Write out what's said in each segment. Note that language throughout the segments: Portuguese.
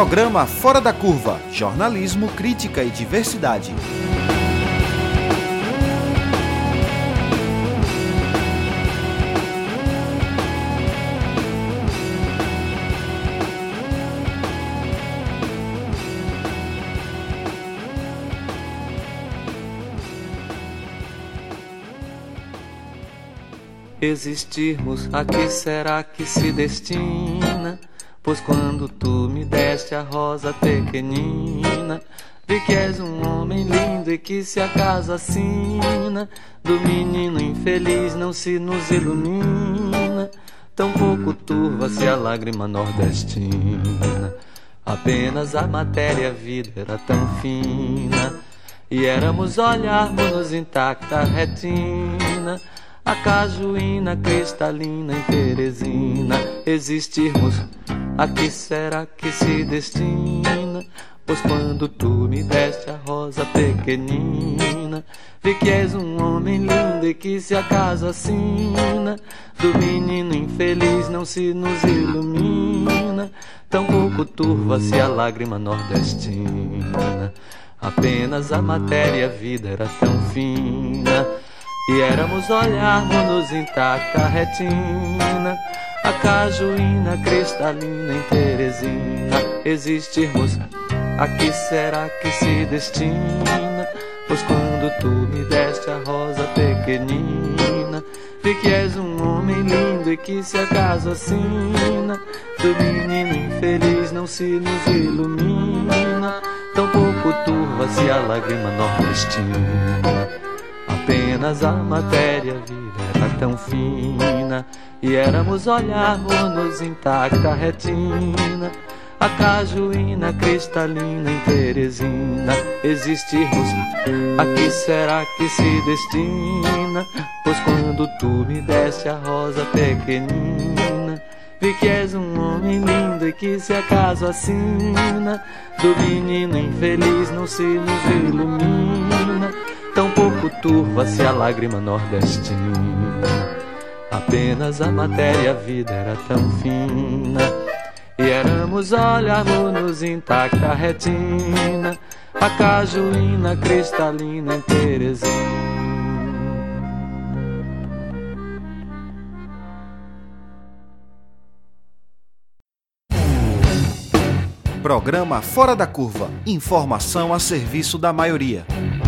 Programa Fora da Curva, jornalismo, crítica e diversidade. Existirmos, a que será que se destina? Pois quando tu me deste a rosa pequenina, vi que és um homem lindo e que se acaso assina, do menino infeliz não se nos ilumina, tão pouco turva-se a lágrima nordestina. Apenas a matéria, a vida era tão fina, e éramos olharmos-nos intacta retina, a cajuína cristalina em Teresina. Existirmos, a que será que se destina? Pois quando tu me deste a rosa pequenina, vi que és um homem lindo e que se acaso assina, do menino infeliz não se nos ilumina, tão pouco turva-se a lágrima nordestina. Apenas a matéria, a vida era tão fina, e éramos olharmos-nos intacta retina, a cajuína cristalina em Teresina. Existirmos, a que será que se destina? Pois quando tu me deste a rosa pequenina, vi que és um homem lindo e que se acaso assina, do menino infeliz não se nos ilumina, tão pouco turva-se a lágrima nordestina. Apenas a matéria, a vida era tão fina, e éramos olharmos-nos intacta retina, a cajuína cristalina em Teresina. Existirmos, a que será que se destina? Pois quando tu me deste a rosa pequenina, vi que és um homem lindo e que se acaso assina, do menino infeliz não se nos ilumina, tão pouco turva-se a lágrima nordestina. Apenas a matéria, a vida era tão fina, e éramos olharmos-nos intacta retina, a cajuína cristalina em Teresina. Programa Fora da Curva. Informação a serviço da maioria.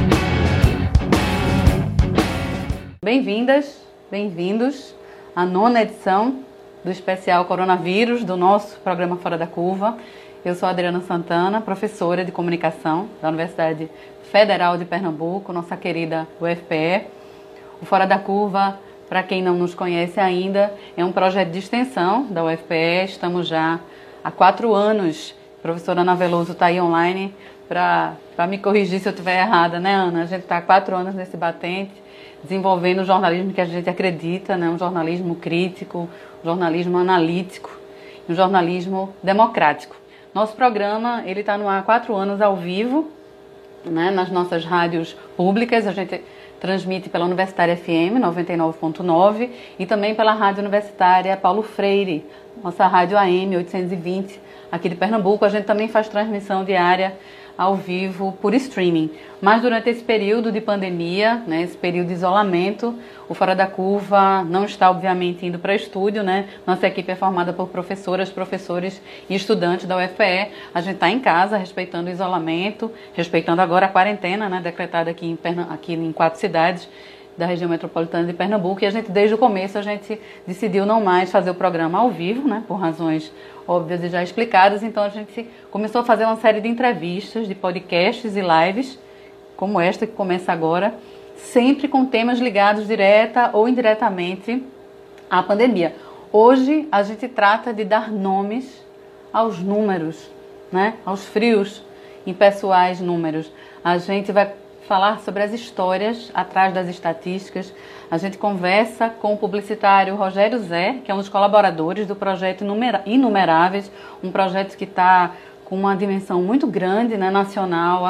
Bem-vindas, bem-vindos à 9ª edição do especial Coronavírus do nosso programa Fora da Curva. Eu sou Adriana Santana, professora de comunicação da Universidade Federal de Pernambuco, nossa querida UFPE. O Fora da Curva, para quem não nos conhece ainda, é um projeto de extensão da UFPE. Estamos já há 4 anos. A professora Ana Veloso está aí online para me corrigir se eu estiver errada, né, Ana? A gente está há 4 anos nesse batente, desenvolvendo o jornalismo que a gente acredita, né? Um jornalismo crítico, um jornalismo analítico, um jornalismo democrático. Nosso programa ele está no ar há 4 anos ao vivo, né? Nas nossas rádios públicas. A gente transmite pela Universitária FM 99.9 e também pela Rádio Universitária Paulo Freire, nossa rádio AM 820 aqui de Pernambuco. A gente também faz transmissão diária ao vivo por streaming. Mas durante esse período de pandemia, né, esse período de isolamento, o Fora da Curva não está, obviamente, indo para estúdio, né? Nossa equipe é formada por professoras, professores e estudantes da UFPE. A gente está em casa, respeitando o isolamento, respeitando agora a quarentena, né, decretada aqui em 4 cidades da região metropolitana de Pernambuco. E a gente, desde o começo, a gente decidiu não mais fazer o programa ao vivo, né, por razões óbvias e já explicadas. Então a gente começou a fazer uma série de entrevistas, de podcasts e lives, como esta que começa agora, sempre com temas ligados direta ou indiretamente à pandemia. Hoje a gente trata de dar nomes aos números, né, aos frios impessoais números. A gente vai falar sobre as histórias atrás das estatísticas. A gente conversa com o publicitário Rogério Zé, que é um dos colaboradores do projeto Inumeráveis, um projeto que está com uma dimensão muito grande, né, nacional. Acho que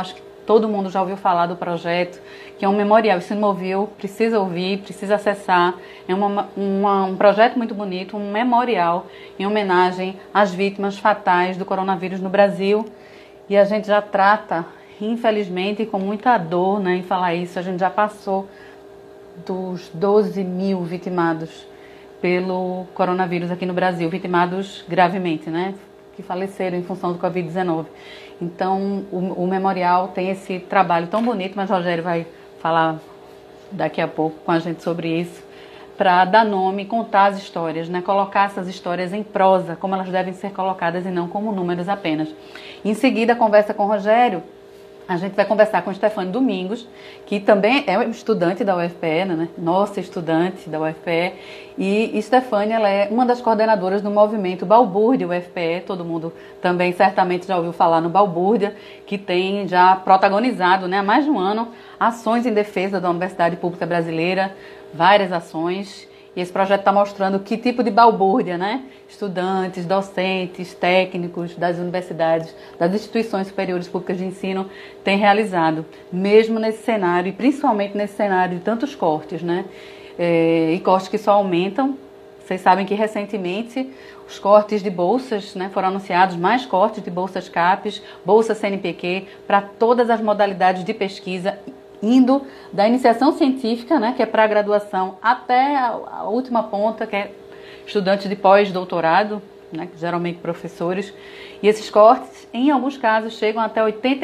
todo mundo já ouviu falar do projeto, que é um memorial. Isso me ouviu, precisa ouvir, precisa acessar. É um projeto muito bonito, um memorial em homenagem às vítimas fatais do coronavírus no Brasil. E a gente já trata, infelizmente, com muita dor, né, em falar isso. A gente já passou dos 12 mil vitimados pelo coronavírus aqui no Brasil, vitimados gravemente, né, que faleceram em função do Covid-19. Então, o memorial tem esse trabalho tão bonito, mas o Rogério vai falar daqui a pouco com a gente sobre isso, para dar nome, contar as histórias, né? Colocar essas histórias em prosa, como elas devem ser colocadas e não como números apenas. Em seguida, conversa com o Rogério, a gente vai conversar com o Stefane Domingos, que também é estudante da UFPE, né? Nossa estudante da UFPE. E Stefane, ela é uma das coordenadoras do movimento Balbúrdia UFPE. Todo mundo também certamente já ouviu falar no Balbúrdia, que tem já protagonizado, né, há mais de um ano ações em defesa da Universidade Pública Brasileira, várias ações. E esse projeto está mostrando que tipo de balbúrdia, né? Estudantes, docentes, técnicos das universidades, das instituições superiores públicas de ensino têm realizado, mesmo nesse cenário, e principalmente nesse cenário de tantos cortes, né? E cortes que só aumentam. Vocês sabem que recentemente os cortes de bolsas, né, foram anunciados, mais cortes de bolsas CAPES, bolsa CNPq, para todas as modalidades de pesquisa, indo da iniciação científica, né, que é para a graduação, até a última ponta, que é estudantes de pós-doutorado, né, geralmente professores. E esses cortes, em alguns casos, chegam até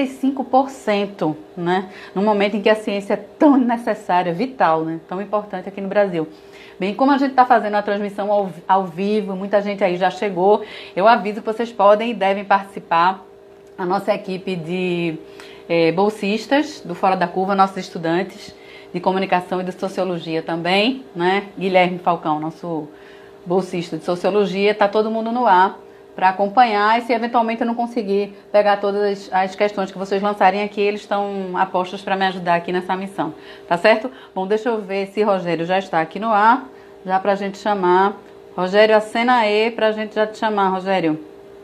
85%, né, no momento em que a ciência é tão necessária, vital, né, tão importante aqui no Brasil. Bem, como a gente está fazendo a transmissão ao vivo, muita gente aí já chegou, eu aviso que vocês podem e devem participar. A nossa equipe de bolsistas do Fora da Curva, nossos estudantes de comunicação e de sociologia também, né? Guilherme Falcão, nosso bolsista de sociologia, está todo mundo no ar para acompanhar, e se eventualmente eu não conseguir pegar todas as questões que vocês lançarem aqui, eles estão a postos para me ajudar aqui nessa missão, tá certo? Bom, deixa eu ver se Rogério já está aqui no ar, já para a gente chamar. Rogério, acena aí para a gente já te chamar, Rogério.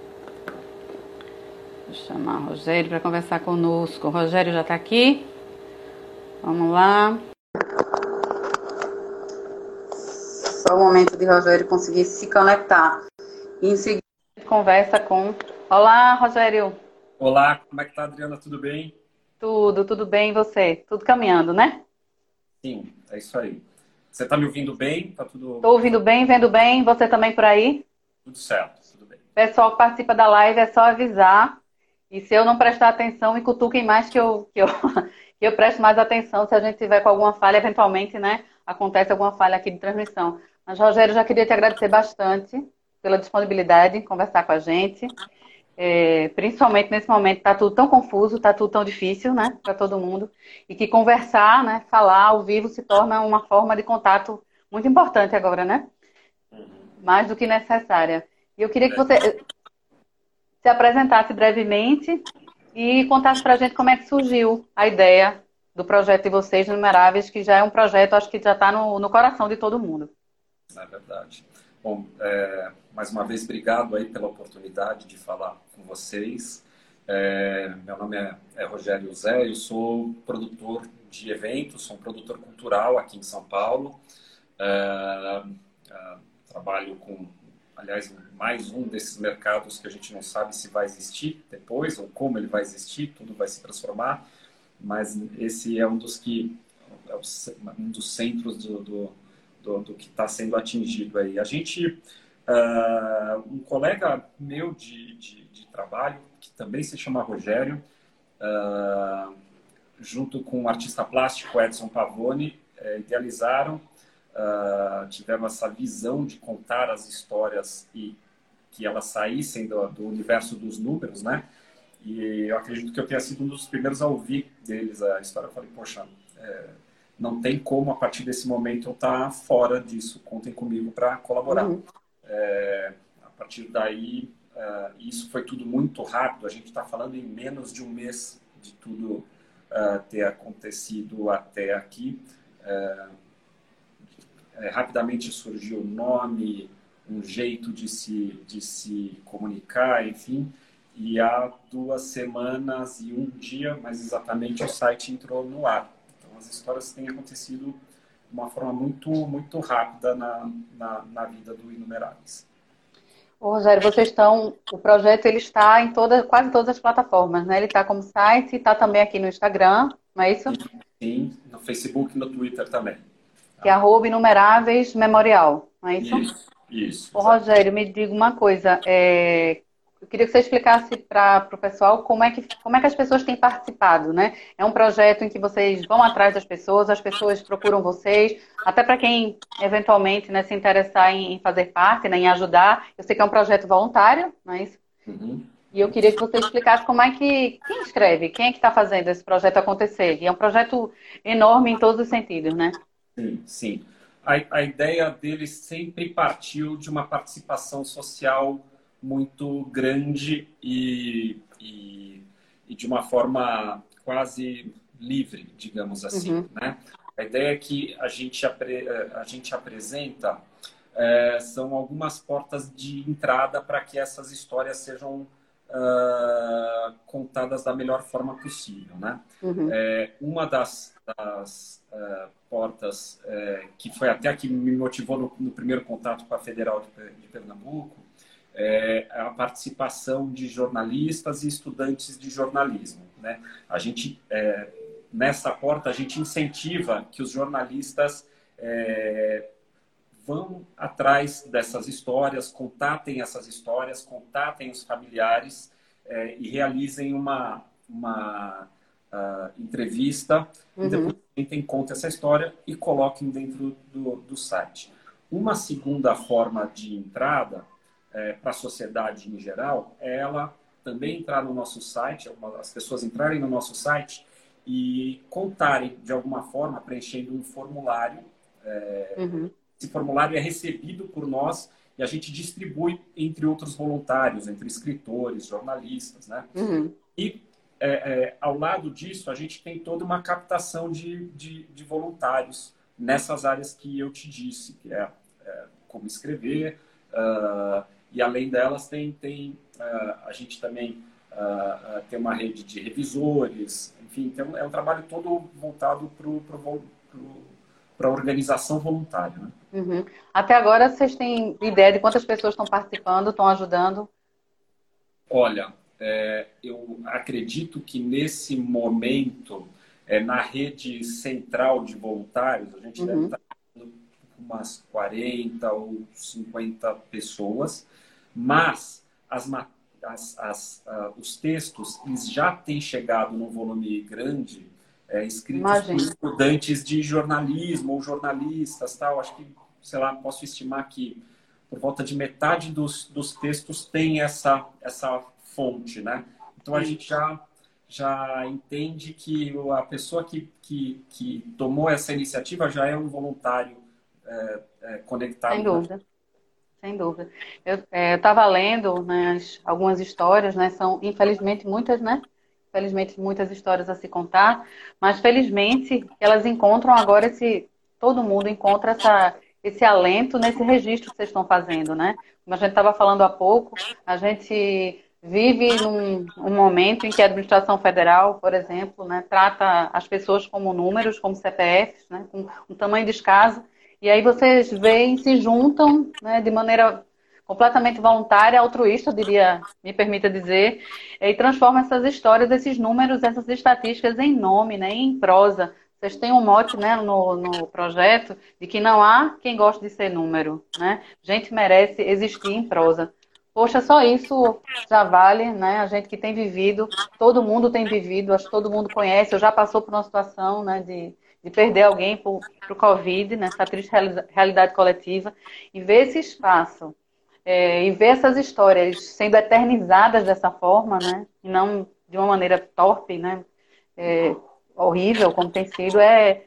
Vou chamar o Rogério para conversar conosco. O Rogério já está aqui. Vamos lá. Só o momento de Rogério conseguir se conectar. E em seguida a gente conversa com... Olá, Rogério. Olá, como é que tá, Adriana? Tudo bem? Tudo bem, e você? Tudo caminhando, né? Sim, é isso aí. Você está me ouvindo bem? Tá tudo... Estou ouvindo bem, vendo bem. Você também por aí? Tudo certo, tudo bem. Pessoal que participa da live, é só avisar. E se eu não prestar atenção, me cutuquem mais que eu presto mais atenção. Se a gente tiver com alguma falha, eventualmente, né, acontece alguma falha aqui de transmissão. Mas, Rogério, já queria te agradecer bastante pela disponibilidade em conversar com a gente. Principalmente nesse momento, está tudo tão confuso, está tudo tão difícil, né, para todo mundo. E que conversar, né, falar ao vivo se torna uma forma de contato muito importante agora, né? Mais do que necessária. E eu queria que você se apresentasse brevemente e contasse para a gente como é que surgiu a ideia do projeto de vocês, Numeráveis, que já é um projeto, acho que já está no coração de todo mundo. É verdade. Bom, mais uma vez, obrigado aí pela oportunidade de falar com vocês. Meu nome é Rogério Zé, eu sou produtor de eventos, sou um produtor cultural aqui em São Paulo. Trabalho com, aliás, mais um desses mercados que a gente não sabe se vai existir depois ou como ele vai existir, tudo vai se transformar, mas esse é um dos que é um dos centros do que está sendo atingido aí. A gente, um colega meu de trabalho, que também se chama Rogério, junto com o artista plástico Edson Pavone, idealizaram, tiveram essa visão de contar as histórias e que elas saíssem do universo dos números, né? E eu acredito que eu tenha sido um dos primeiros a ouvir deles a história. Eu falei, poxa, não tem como a partir desse momento eu estar fora disso. Contem comigo para colaborar. A partir daí, isso foi tudo muito rápido. A gente está falando em menos de um mês de tudo ter acontecido até aqui. Rapidamente surgiu o nome, um jeito de se comunicar, enfim. E há 2 semanas e um dia, mais exatamente, o site entrou no ar. Então, as histórias têm acontecido de uma forma muito, muito rápida na vida do Inumeráveis. Ô, Rogério, o projeto ele está em quase todas as plataformas, né? Ele está como site e está também aqui no Instagram, não é isso? Sim, no Facebook e no Twitter também. Que é @Inumeráveis Memorial, não é isso? Isso. Ô, Rogério, me diga uma coisa. Eu queria que você explicasse para o pessoal como é que as pessoas têm participado, né? É um projeto em que vocês vão atrás das pessoas, as pessoas procuram vocês, até para quem eventualmente, né, se interessar em fazer parte, né, em ajudar. Eu sei que é um projeto voluntário, não é isso? Uhum. E eu queria que você explicasse como é que quem escreve, quem é que está fazendo esse projeto acontecer. E é um projeto enorme em todos os sentidos, né? Sim. A ideia dele sempre partiu de uma participação social muito grande e de uma forma quase livre, digamos assim, né? A ideia é que a gente apresenta são algumas portas de entrada para que essas histórias sejam contadas da melhor forma possível, né? Uma das portas que foi até a que me motivou no primeiro contato com a Federal de Pernambuco é a participação de jornalistas e estudantes de jornalismo, né? A gente nessa porta a gente incentiva que os jornalistas vão atrás dessas histórias, contatem essas histórias, contatem os familiares e realizem uma entrevista e depois tentem contar essa história e coloquem dentro do site. Uma segunda forma de entrada para a sociedade em geral é ela também entrar no nosso site, as pessoas entrarem no nosso site e contarem de alguma forma, preenchendo um formulário. Esse formulário é recebido por nós e a gente distribui entre outros voluntários, entre escritores, jornalistas, né? E ao lado disso, a gente tem toda uma captação de voluntários nessas áreas que eu te disse, que é como escrever, e além delas a gente também tem uma rede de revisores, enfim, então é um trabalho todo voltado para a organização voluntária, né? Até agora, vocês têm ideia de quantas pessoas estão participando, estão ajudando? Olha, eu acredito que nesse momento, na rede central de voluntários, a gente deve estar com umas 40 ou 50 pessoas, mas os textos eles já têm chegado num volume grande, escritos por estudantes de jornalismo ou jornalistas, tal. Acho que, sei lá, posso estimar que por volta de metade dos textos tem essa fonte, né? Então a gente já entende que a pessoa que tomou essa iniciativa já é um voluntário conectado. Sem dúvida. Sem dúvida. Eu estava lendo, né, algumas histórias, né? São, infelizmente, muitas, né? Infelizmente, muitas histórias a se contar, mas felizmente elas encontram agora todo mundo encontra esse alento nesse registro que vocês estão fazendo, né? Como a gente estava falando há pouco, a gente vive num momento em que a administração federal, por exemplo, né, trata as pessoas como números, como CPFs, né, com um tamanho descaso, e aí vocês veem, se juntam, né, de maneira completamente voluntária, altruísta, me permita dizer, e transformam essas histórias, esses números, essas estatísticas em nome, né, em prosa. Vocês têm um mote, né, no projeto de que não há quem goste de ser número, né? Gente merece existir em prosa. Poxa, só isso já vale, né? A gente que tem vivido, todo mundo tem vivido, acho que todo mundo conhece, ou já passou por uma situação, né, de perder alguém para o Covid, nessa triste realidade coletiva, e ver esse espaço, e ver essas histórias sendo eternizadas dessa forma, né? E não de uma maneira torpe, né? Horrível, como tem sido,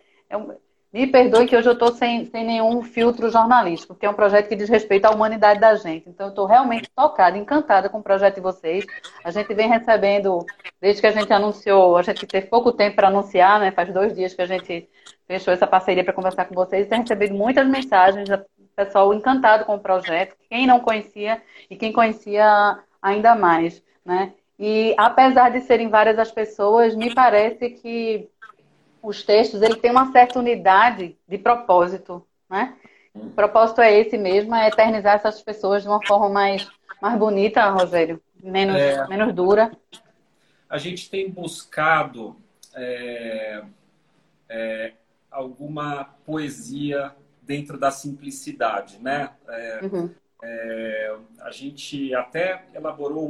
me perdoe que hoje eu estou sem nenhum filtro jornalístico, porque é um projeto que diz respeito à humanidade da gente. Então, eu estou realmente tocada, encantada com o projeto de vocês. A gente vem recebendo, desde que a gente anunciou, a gente teve pouco tempo para anunciar, né? Faz 2 dias que a gente fechou essa parceria para conversar com vocês, e tem recebido muitas mensagens, pessoal encantado com o projeto, quem não conhecia e quem conhecia ainda mais. né? E apesar de serem várias as pessoas, me parece que os textos ele têm uma certa unidade de propósito, né? O propósito é esse mesmo, é eternizar essas pessoas de uma forma mais bonita, Rogério, menos dura. A gente tem buscado é, alguma poesia dentro da simplicidade, né? Uhum, A gente até elaborou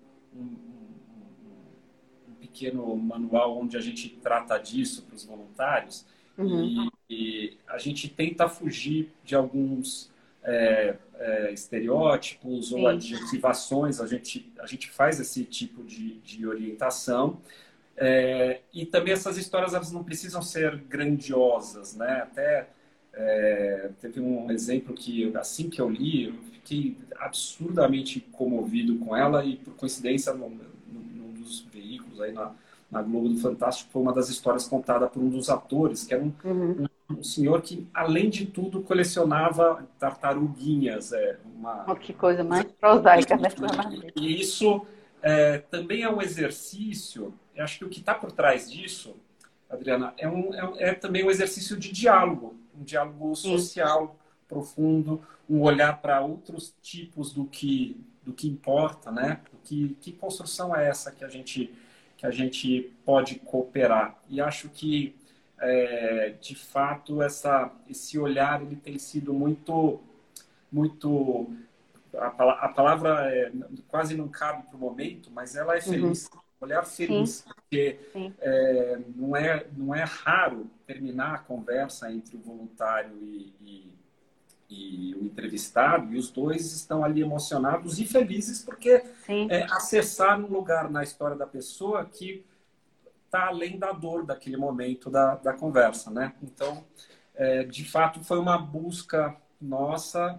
um pequeno manual onde a gente trata disso para os voluntários uhum, e a gente tenta fugir de alguns estereótipos ou sim, adjetivações, a gente faz esse tipo de orientação. E também essas histórias elas não precisam ser grandiosas, né? Até teve um exemplo que assim que eu li, eu fiquei absurdamente comovido com ela e por coincidência num dos veículos aí na Globo do Fantástico foi uma das histórias contada por um dos atores, que era uhum. um senhor que além de tudo colecionava tartaruguinhas, Oh, que coisa mais prosaica dessa e isso também é um exercício. Eu acho que o que está por trás disso, Adriana, é também um exercício de diálogo, um diálogo Sim, social profundo, um olhar para outros tipos do que importa, né? Que construção é essa que a gente pode cooperar? E acho que de fato esse olhar ele tem sido muito a palavra quase não cabe para o momento, mas ela é uhum, feliz. Olhar sim, feliz, porque sim, não é raro terminar a conversa entre o voluntário e o entrevistado, e os dois estão ali emocionados e felizes porque sim. acessar um lugar na história da pessoa que está além da dor daquele momento da conversa, né? Então, de fato, foi uma busca nossa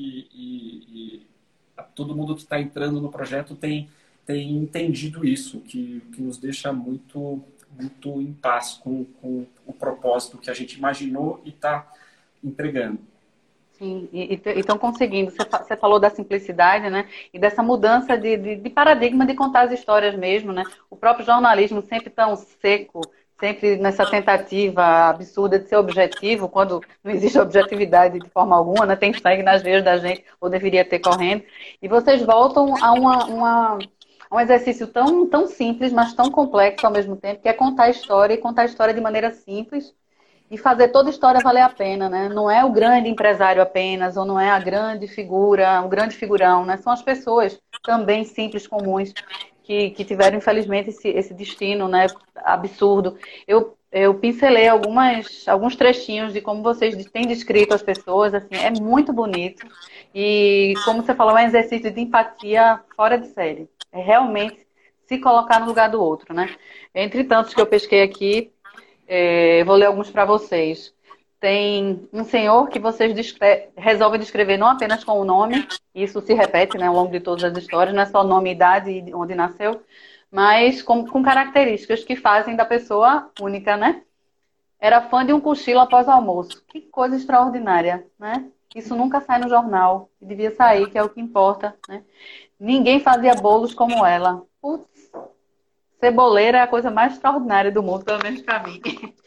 e todo mundo que está entrando no projeto tem entendido isso, que nos deixa muito em paz com o propósito que a gente imaginou e está entregando. Sim, e estão conseguindo. Você falou da simplicidade, né? E dessa mudança de paradigma de contar as histórias mesmo, né? O próprio jornalismo sempre tão seco, sempre nessa tentativa absurda de ser objetivo, quando não existe objetividade de forma alguma, né? Tem sangue nas veias da gente, ou deveria ter correndo. E vocês voltam a a um exercício tão simples, mas tão complexo ao mesmo tempo, que é contar a história e contar a história de maneira simples e fazer toda a história valer a pena, né? Não é o grande empresário apenas, ou não é a grande figura, o grande figurão, né? São as pessoas também simples, comuns, que tiveram, infelizmente, esse destino, né? Absurdo. Eu pincelei alguns trechinhos de como vocês têm descrito as pessoas, assim, é muito bonito. E, como você falou, é um exercício de empatia fora de série. É realmente se colocar no lugar do outro, né? Entre tantos que eu pesquei aqui, vou ler alguns para vocês. Tem um senhor que vocês resolvem descrever não apenas com o nome, isso se repete, né, ao longo de todas as histórias, não é só nome, idade e onde nasceu, mas com características que fazem da pessoa única, né? Era fã de um cochilo após o almoço. Que coisa extraordinária, né? Isso nunca sai no jornal, e devia sair, que é o que importa, né? Ninguém fazia bolos como ela. Putz, ceboleira é a coisa mais extraordinária do mundo, pelo menos para mim.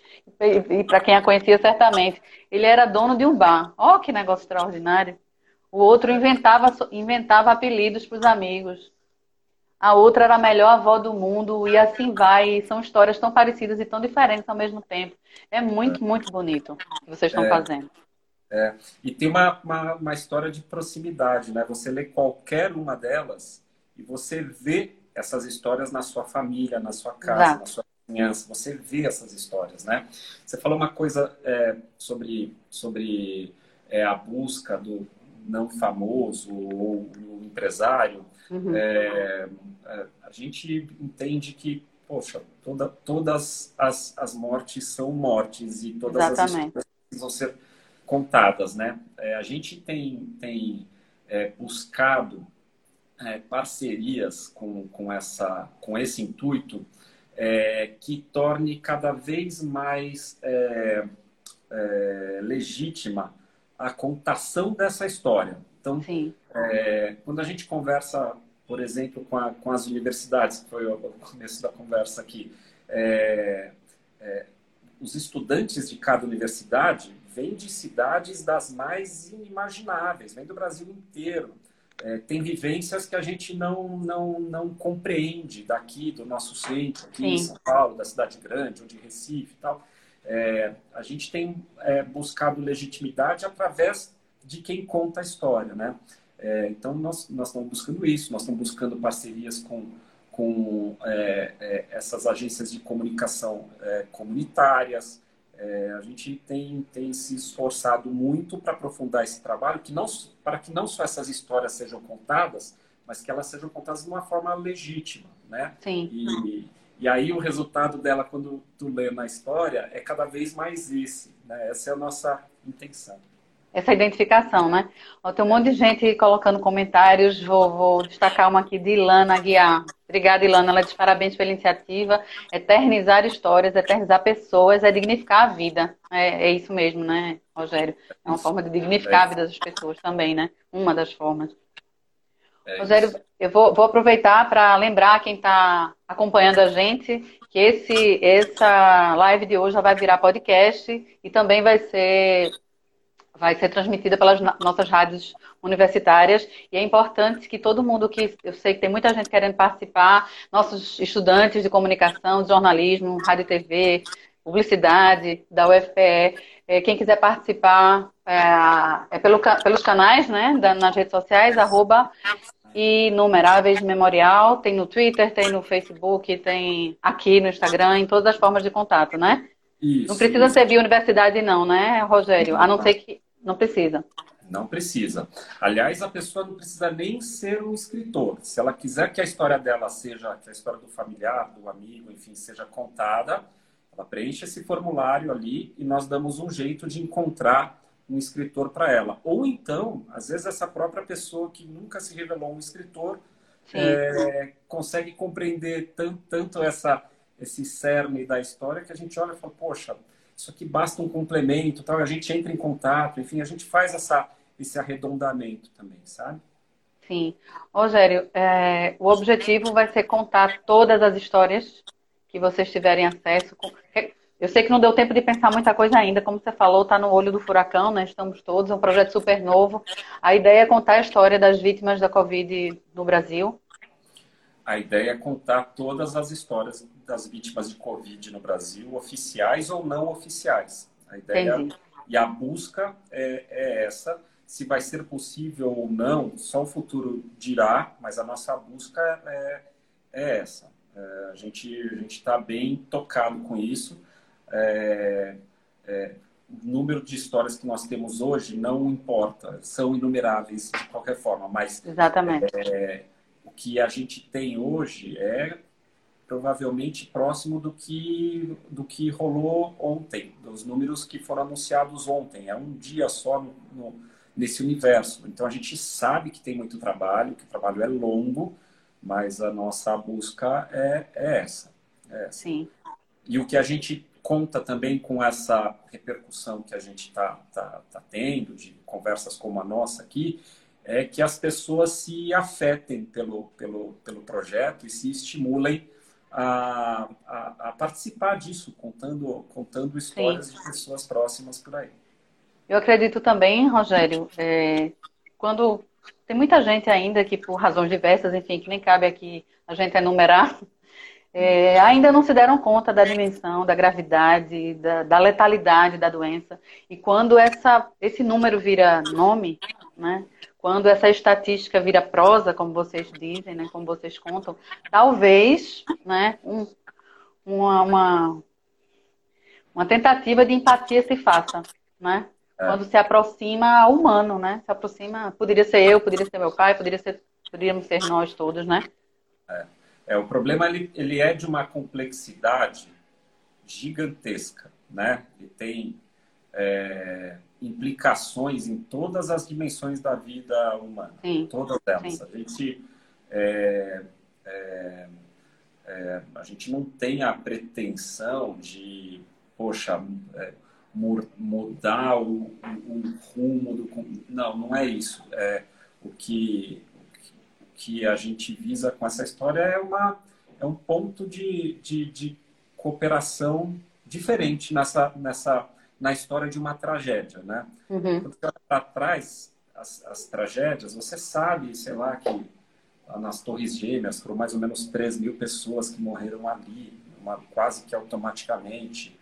E para quem a conhecia, certamente. Ele era dono de um bar. Ó, que negócio extraordinário. O outro inventava apelidos para os amigos. A outra era a melhor avó do mundo. E assim vai. E são histórias tão parecidas e tão diferentes ao mesmo tempo. É muito, muito bonito o que vocês estão fazendo. E tem uma história de proximidade, né? Você lê qualquer uma delas e você vê essas histórias na sua família, na sua casa, na Exato. sua vizinhança. Você vê essas histórias, né? Você falou uma coisa sobre a busca do não famoso ou do empresário. Uhum. A gente entende que, poxa, todas as mortes são mortes e todas as Exatamente. histórias precisam ser contadas, né? A gente tem buscado parcerias com esse intuito que torne cada vez mais legítima a contação dessa história. Então, Sim. quando a gente conversa por exemplo, com as universidades, que foi o começo da conversa aqui. Os estudantes de cada universidade vêm de cidades das mais inimagináveis, vêm do Brasil inteiro. Tem vivências que a gente não compreende daqui, do nosso centro, aqui em São Paulo, da cidade grande, ou de Recife e tal. A gente tem buscado legitimidade através de quem conta a história, né? Então, nós estamos buscando isso, nós estamos buscando parcerias com essas agências de comunicação comunitárias. A gente tem se esforçado muito para aprofundar esse trabalho, para que não só essas histórias sejam contadas, mas que elas sejam contadas de uma forma legítima, né? Sim. E aí o resultado dela, quando tu lê na história, é cada vez mais esse, né? Essa é a nossa intenção. Essa identificação, né? Tem um monte de gente colocando comentários, vou destacar uma aqui de Ilana Aguiar. Obrigada, Ilana. Ela diz parabéns pela iniciativa. Eternizar histórias, eternizar pessoas, é dignificar a vida. É isso mesmo, né, Rogério? É uma forma de dignificar a vida das pessoas também, né? Uma das formas. Rogério, eu vou aproveitar para lembrar quem está acompanhando a gente que essa live de hoje já vai virar podcast e também vai ser transmitida pelas nossas rádios universitárias, e é importante que todo mundo eu sei que tem muita gente querendo participar, nossos estudantes de comunicação, de jornalismo, rádio e TV, publicidade, da UFPE, quem quiser participar pelos canais, né, nas redes sociais, @inumeráveis memorial, tem no Twitter, tem no Facebook, tem aqui no Instagram, em todas as formas de contato, né? Isso, não precisa ser via universidade não, né, Rogério? A não ser que não precisa. Não precisa. Aliás, a pessoa não precisa nem ser um escritor. Se ela quiser que a história dela seja, que a história do familiar, do amigo, enfim, seja contada, ela preenche esse formulário ali e nós damos um jeito de encontrar um escritor para ela. Ou então, às vezes, essa própria pessoa que nunca se revelou um escritor consegue compreender tanto esse cerne da história que a gente olha e fala, poxa, isso aqui basta um complemento, tal, a gente entra em contato, enfim, a gente faz esse arredondamento também, sabe? Sim. Rogério, o objetivo vai ser contar todas as histórias que vocês tiverem acesso. Eu sei que não deu tempo de pensar muita coisa ainda, como você falou, está no olho do furacão, né? Estamos todos, é um projeto super novo. A ideia é contar a história das vítimas da Covid no Brasil. A ideia é contar todas as histórias das vítimas de Covid no Brasil, oficiais ou não oficiais. A ideia e a busca é essa. Se vai ser possível ou não, só o futuro dirá, mas a nossa busca é essa. A gente está bem tocado com isso. O número de histórias que nós temos hoje não importa, são inumeráveis de qualquer forma, mas exatamente. O que a gente tem hoje é provavelmente próximo do que rolou ontem, dos números que foram anunciados ontem. É um dia só nesse universo. Então a gente sabe que tem muito trabalho, que o trabalho é longo, mas a nossa busca é essa. Sim. E o que a gente conta também com essa repercussão que a gente tá tendo, de conversas como a nossa aqui, é que as pessoas se afetem pelo projeto e se estimulem a participar disso, contando histórias de pessoas próximas por aí. Eu acredito também, Rogério, quando tem muita gente ainda que, por razões diversas, enfim, que nem cabe aqui a gente enumerar, ainda não se deram conta da dimensão, da gravidade, da letalidade da doença. E quando esse número vira nome, né? Quando essa estatística vira prosa, como vocês dizem, né? Como vocês contam, talvez, né? Uma tentativa de empatia se faça, né? Quando se aproxima ao humano, né? Se aproxima, poderia ser eu, poderia ser meu pai, poderíamos ser nós todos, né? O problema ele é de uma complexidade gigantesca, né? Ele tem implicações em todas as dimensões da vida humana, todas elas. A gente não tem a pretensão de, poxa, mudar o rumo do... Não é isso. O que que a gente visa com essa história é um ponto de cooperação diferente na história de uma tragédia, né? Quando você olha para trás, as tragédias, você sabe, sei lá, que nas Torres Gêmeas foram mais ou menos 3.000 pessoas que morreram ali, quase que automaticamente.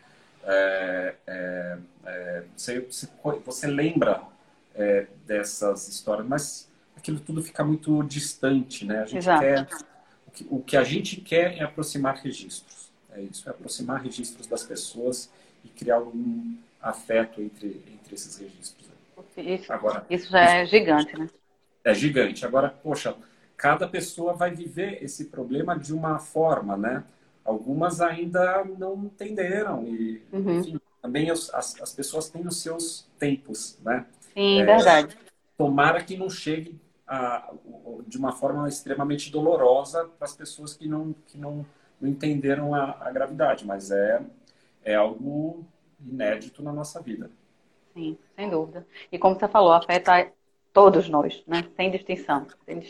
Você lembra dessas histórias, mas aquilo tudo fica muito distante, né? O que a gente quer é aproximar registros. É isso, é aproximar registros das pessoas e criar um afeto entre esses registros. Isso já é gigante, né? É gigante. Agora, poxa, cada pessoa vai viver esse problema de uma forma, né? Algumas ainda não entenderam e, enfim, também as pessoas têm os seus tempos, né? Sim, verdade. Tomara que não chegue de uma forma extremamente dolorosa para as pessoas que não entenderam a gravidade, mas é algo inédito na nossa vida. Sim, sem dúvida. E como você falou, afeta todos nós, né? Sem distinção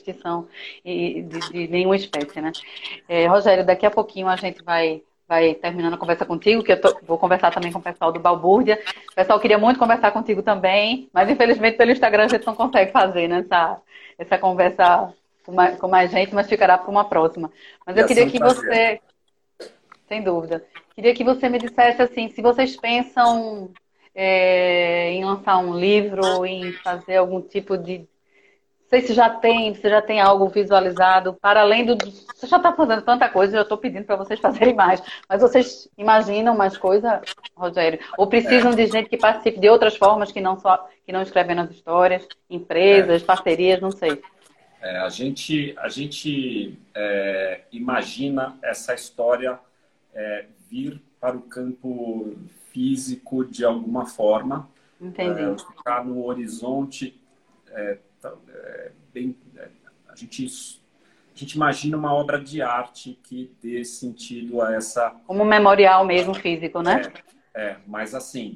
de nenhuma espécie, né? Rogério, daqui a pouquinho a gente vai terminando a conversa contigo, que vou conversar também com o pessoal do Balbúrdia. O pessoal queria muito conversar contigo também, mas infelizmente pelo Instagram a gente não consegue fazer, né, essa conversa com mais gente, mas ficará para uma próxima. Mas eu queria que você, sem dúvida, queria que você me dissesse assim, se vocês pensam em lançar um livro, em fazer algum tipo de... Não sei se você já tem algo visualizado, para além do... Você já está fazendo tanta coisa, eu já estou pedindo para vocês fazerem mais. Mas vocês imaginam mais coisa, Rogério? Ou precisam de gente que participe de outras formas, que não escrevem nas histórias, empresas, parcerias, não sei. A gente imagina essa história vir para o campo físico de alguma forma. Entendi. Ficar no horizonte a gente imagina uma obra de arte que dê sentido a essa... Como um memorial mesmo físico, né? Mas assim,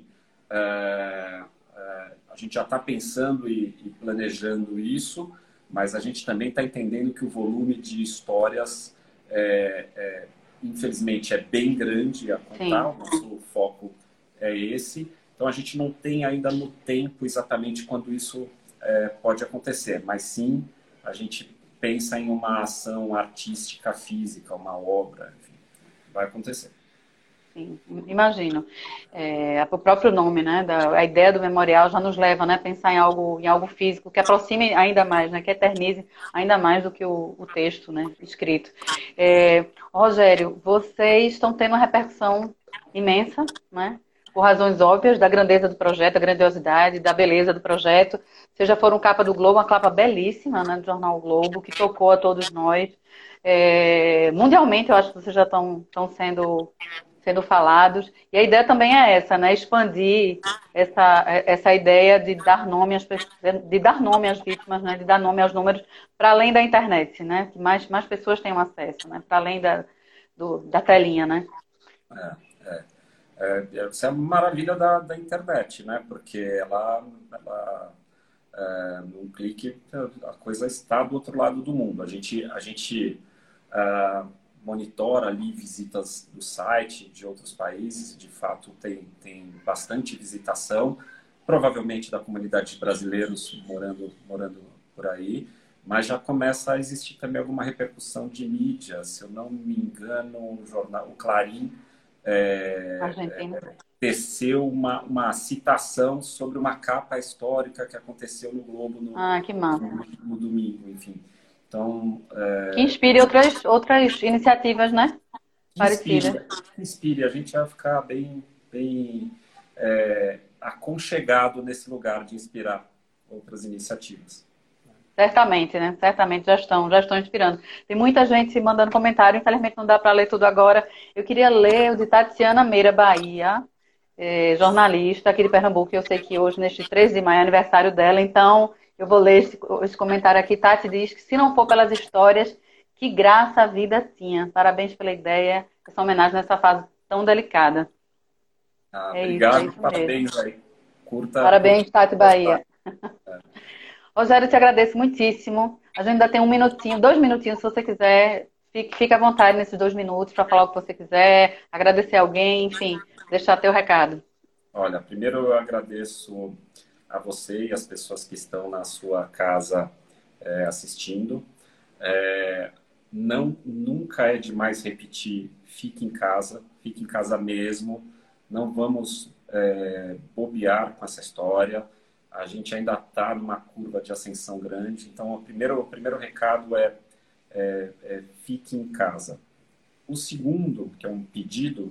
a gente já está pensando e planejando isso, mas a gente também está entendendo que o volume de histórias, infelizmente, é bem grande a contar. Sim. O nosso foco é esse. Então, a gente não tem ainda no tempo exatamente quando isso pode acontecer, mas sim, a gente pensa em uma ação artística física, uma obra, enfim, vai acontecer. Sim, imagino. O próprio nome, né, a ideia do memorial já nos leva, né, a pensar em algo físico que aproxime ainda mais, né, que eternize ainda mais do que o texto, né, escrito. Rogério, vocês estão tendo uma repercussão imensa, né, por razões óbvias da grandeza do projeto, da grandiosidade, da beleza do projeto. Vocês já foram capa do Globo, uma capa belíssima, né, do jornal o Globo, que tocou a todos nós. Mundialmente, eu acho que vocês já estão sendo falados. E a ideia também é essa, né? Expandir essa ideia de dar nome às vítimas, né? De dar nome aos números para além da internet, né? Que mais pessoas tenham acesso, né? Para além da telinha, né? Isso é uma maravilha da internet, né? Porque ela num clique, a coisa está do outro lado do mundo. A gente monitora ali visitas do site de outros países, de fato tem bastante visitação, provavelmente da comunidade de brasileiros morando por aí, mas já começa a existir também alguma repercussão de mídia. Se eu não me engano, o Clarim teceu uma citação sobre uma capa histórica que aconteceu no Globo no domingo, enfim. Então, que inspire outras iniciativas, né? Parecidas. Inspire. A gente vai ficar bem aconchegado nesse lugar de inspirar outras iniciativas. Certamente, né? Certamente já estão inspirando. Tem muita gente mandando comentário, infelizmente não dá para ler tudo agora. Eu queria ler o de Tatiana Meira Bahia, jornalista aqui de Pernambuco. Eu sei que hoje, neste 13 de maio, é aniversário dela, então eu vou ler esse comentário aqui. Tati diz que, se não for pelas histórias, que graça a vida tinha. Parabéns pela ideia, essa homenagem nessa fase tão delicada. Obrigado, parabéns aí. Parabéns, Tati Bahia. Rogério, eu te agradeço muitíssimo. A gente ainda tem 1 minutinho, 2 minutinhos, se você quiser. Fique à vontade nesses 2 minutos para falar o que você quiser, agradecer alguém, enfim, deixar teu recado. Olha, primeiro eu agradeço a você e as pessoas que estão na sua casa assistindo. Nunca é demais repetir, fique em casa mesmo, não vamos bobear com essa história, a gente ainda está numa curva de ascensão grande, então o primeiro recado fique em casa. O segundo, que é um pedido,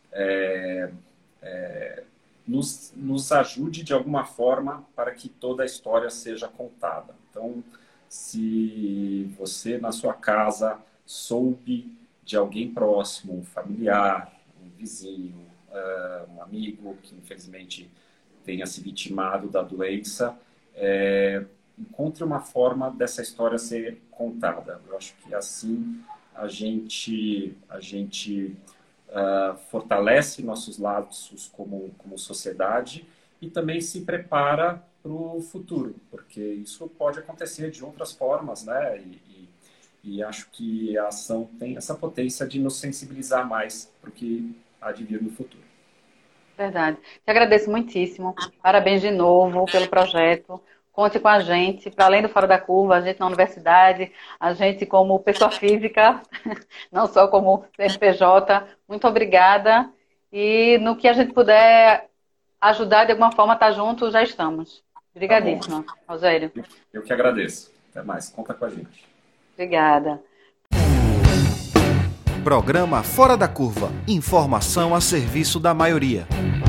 nos ajude de alguma forma para que toda a história seja contada. Então, se você na sua casa soube de alguém próximo, um familiar, um vizinho, um amigo que infelizmente tenha se vitimado da doença, encontre uma forma dessa história ser contada. Eu acho que assim a gente fortalece nossos laços como sociedade e também se prepara para o futuro, porque isso pode acontecer de outras formas, né? E acho que a ação tem essa potência de nos sensibilizar mais para o que há de vir no futuro. Verdade. Te agradeço muitíssimo. Parabéns de novo pelo projeto. Conte com a gente, para além do Fora da Curva, a gente na universidade, a gente como pessoa física, não só como CNPJ. Muito obrigada. E no que a gente puder ajudar de alguma forma, estar junto, já estamos. Obrigadíssima, Rogério. Eu que agradeço. Até mais. Conta com a gente. Obrigada. Programa Fora da Curva. Informação a serviço da maioria.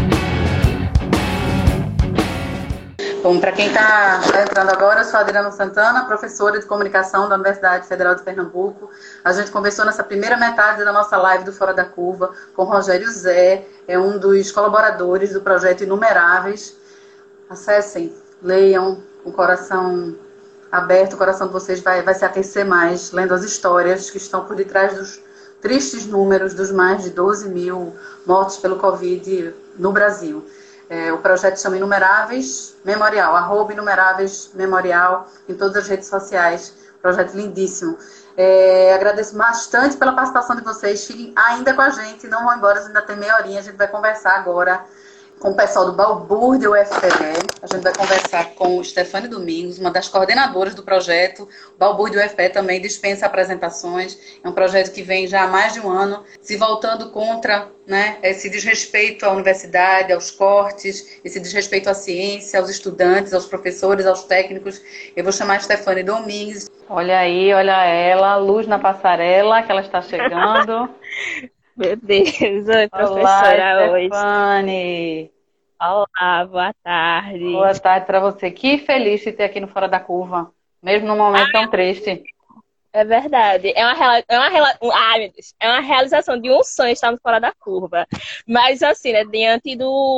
Bom, para quem está entrando agora, eu sou a Adriana Santana, professora de comunicação da Universidade Federal de Pernambuco. A gente conversou nessa primeira metade da nossa live do Fora da Curva com Rogério Zé, é um dos colaboradores do projeto Inumeráveis. Acessem, leiam, com o coração aberto, o coração de vocês vai se aquecer mais, lendo as histórias que estão por detrás dos tristes números dos mais de 12 mil mortos pelo Covid no Brasil. O projeto chama Inumeráveis Memorial, @Inumeráveis Memorial, em todas as redes sociais. Projeto lindíssimo. Agradeço bastante pela participação de vocês. Fiquem ainda com a gente, não vão embora, ainda tem meia horinha. A gente vai conversar agora com o pessoal do Balbúrdia UFPE. A gente vai conversar com Stefane Domingos, uma das coordenadoras do projeto. O Balbúrdia UFPE também dispensa apresentações. É um projeto que vem já há mais de um ano se voltando contra, né, esse desrespeito à universidade, aos cortes, esse desrespeito à ciência, aos estudantes, aos professores, aos técnicos. Eu vou chamar a Stefane Domingos. Olha aí, olha ela, luz na passarela, que ela está chegando. Meu Deus, oi, professora. Olá, Stefane. Olá, boa tarde. Boa tarde para você. Que feliz de ter aqui no Fora da Curva, mesmo num momento tão triste. É verdade. Ai, meu Deus. É uma realização de um sonho estar no Fora da Curva. Mas, assim, né, diante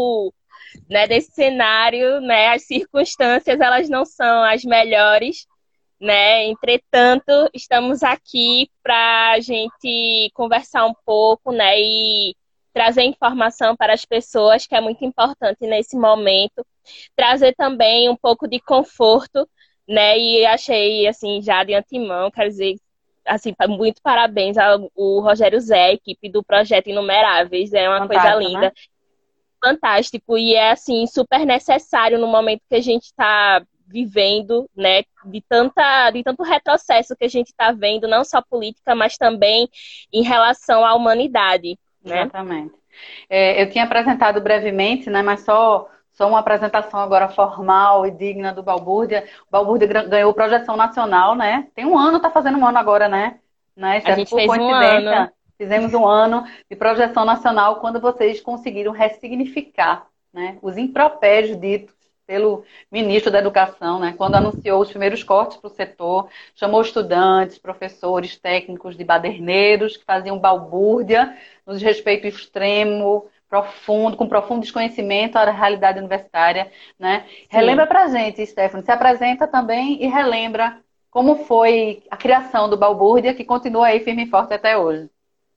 desse cenário, né, as circunstâncias, elas não são as melhores, né? Entretanto, estamos aqui para a gente conversar um pouco, né, e trazer informação para as pessoas, que é muito importante nesse momento. Trazer também um pouco de conforto, né? E achei, assim, já de antemão, quero dizer, assim, muito parabéns ao Rogério Zé, equipe do Projeto Inumeráveis. É uma coisa linda. Né? Fantástico. E é, assim, super necessário no momento que a gente está vivendo, né, de tanto retrocesso que a gente está vendo, não só política, mas também em relação à humanidade. Né? Exatamente. Eu tinha apresentado brevemente, né, mas só uma apresentação agora formal e digna do Balbúrdia. O Balbúrdia ganhou projeção nacional, né? Tem um ano, tá fazendo um ano agora, né? A gente fez um ano. Fizemos um ano de projeção nacional quando vocês conseguiram ressignificar, né, os impropérios ditos pelo ministro da Educação, né, quando anunciou os primeiros cortes para o setor, chamou estudantes, professores, técnicos de baderneiros que faziam balbúrdia no desrespeito extremo, profundo, com profundo desconhecimento à realidade universitária, né? Relembra pra gente, Stefane, se apresenta também e relembra como foi a criação do Balbúrdia, que continua aí firme e forte até hoje.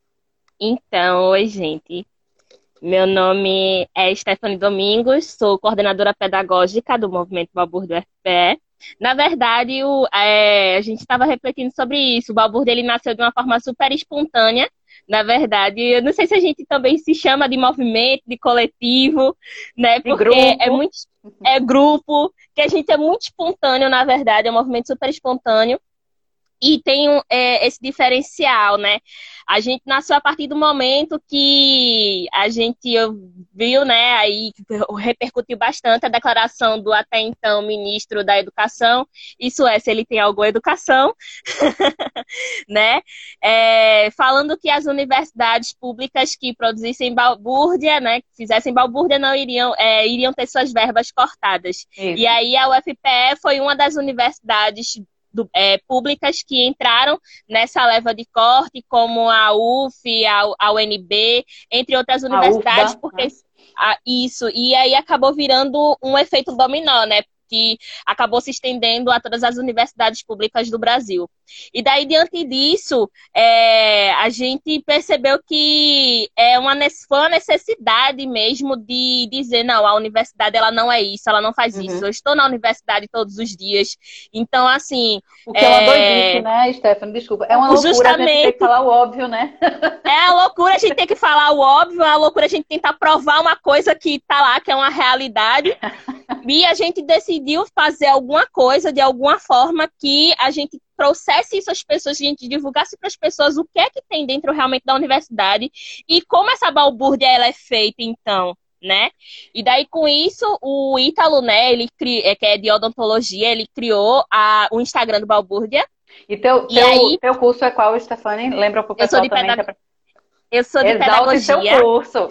Então, oi, gente. Meu nome é Stefane Domingos, sou coordenadora pedagógica do Movimento Balbúrdia UFPE. Na verdade, a gente estava refletindo sobre isso. O Balbúrdia, ele nasceu de uma forma super espontânea. Na verdade, eu não sei se a gente também se chama de movimento, de coletivo, né? Porque grupo. É grupo, que a gente é muito espontâneo, na verdade, é um movimento super espontâneo. E tem esse diferencial, né? A gente nasceu a partir do momento que a gente viu, né, aí repercutiu bastante a declaração do até então ministro da Educação, isso é, se ele tem alguma educação, né? Falando que as universidades públicas que produzissem balbúrdia, né, que fizessem balbúrdia, não iriam ter suas verbas cortadas. Isso. E aí a UFPE foi uma das universidades públicas que entraram nessa leva de corte, como a UF, a UNB, entre outras universidades, UFBA, porque isso, e aí acabou virando um efeito dominó, né? Que acabou se estendendo a todas as universidades públicas do Brasil. E daí, diante disso, a gente percebeu que foi uma necessidade mesmo de dizer, não, a universidade ela não é isso, ela não faz isso. Eu estou na universidade todos os dias. Então, assim... O que é uma doidice, né, Stephanie? Desculpa. É uma loucura justamente, a gente ter que falar o óbvio, né? É a loucura a gente ter que falar o óbvio, é a loucura a gente tentar provar uma coisa que tá lá, que é uma realidade. E a gente decidiu fazer alguma coisa, de alguma forma, que a gente trouxesse isso às pessoas, que a gente divulgasse para as pessoas o que é que tem dentro realmente da universidade e como essa balbúrdia ela é feita, então, né? E daí, com isso, o Ítalo, né, que é de odontologia, ele criou o Instagram do Balbúrdia. E teu curso é qual, Stephanie? Lembra pro pessoal também? Eu sou de pedagogia. Seu curso.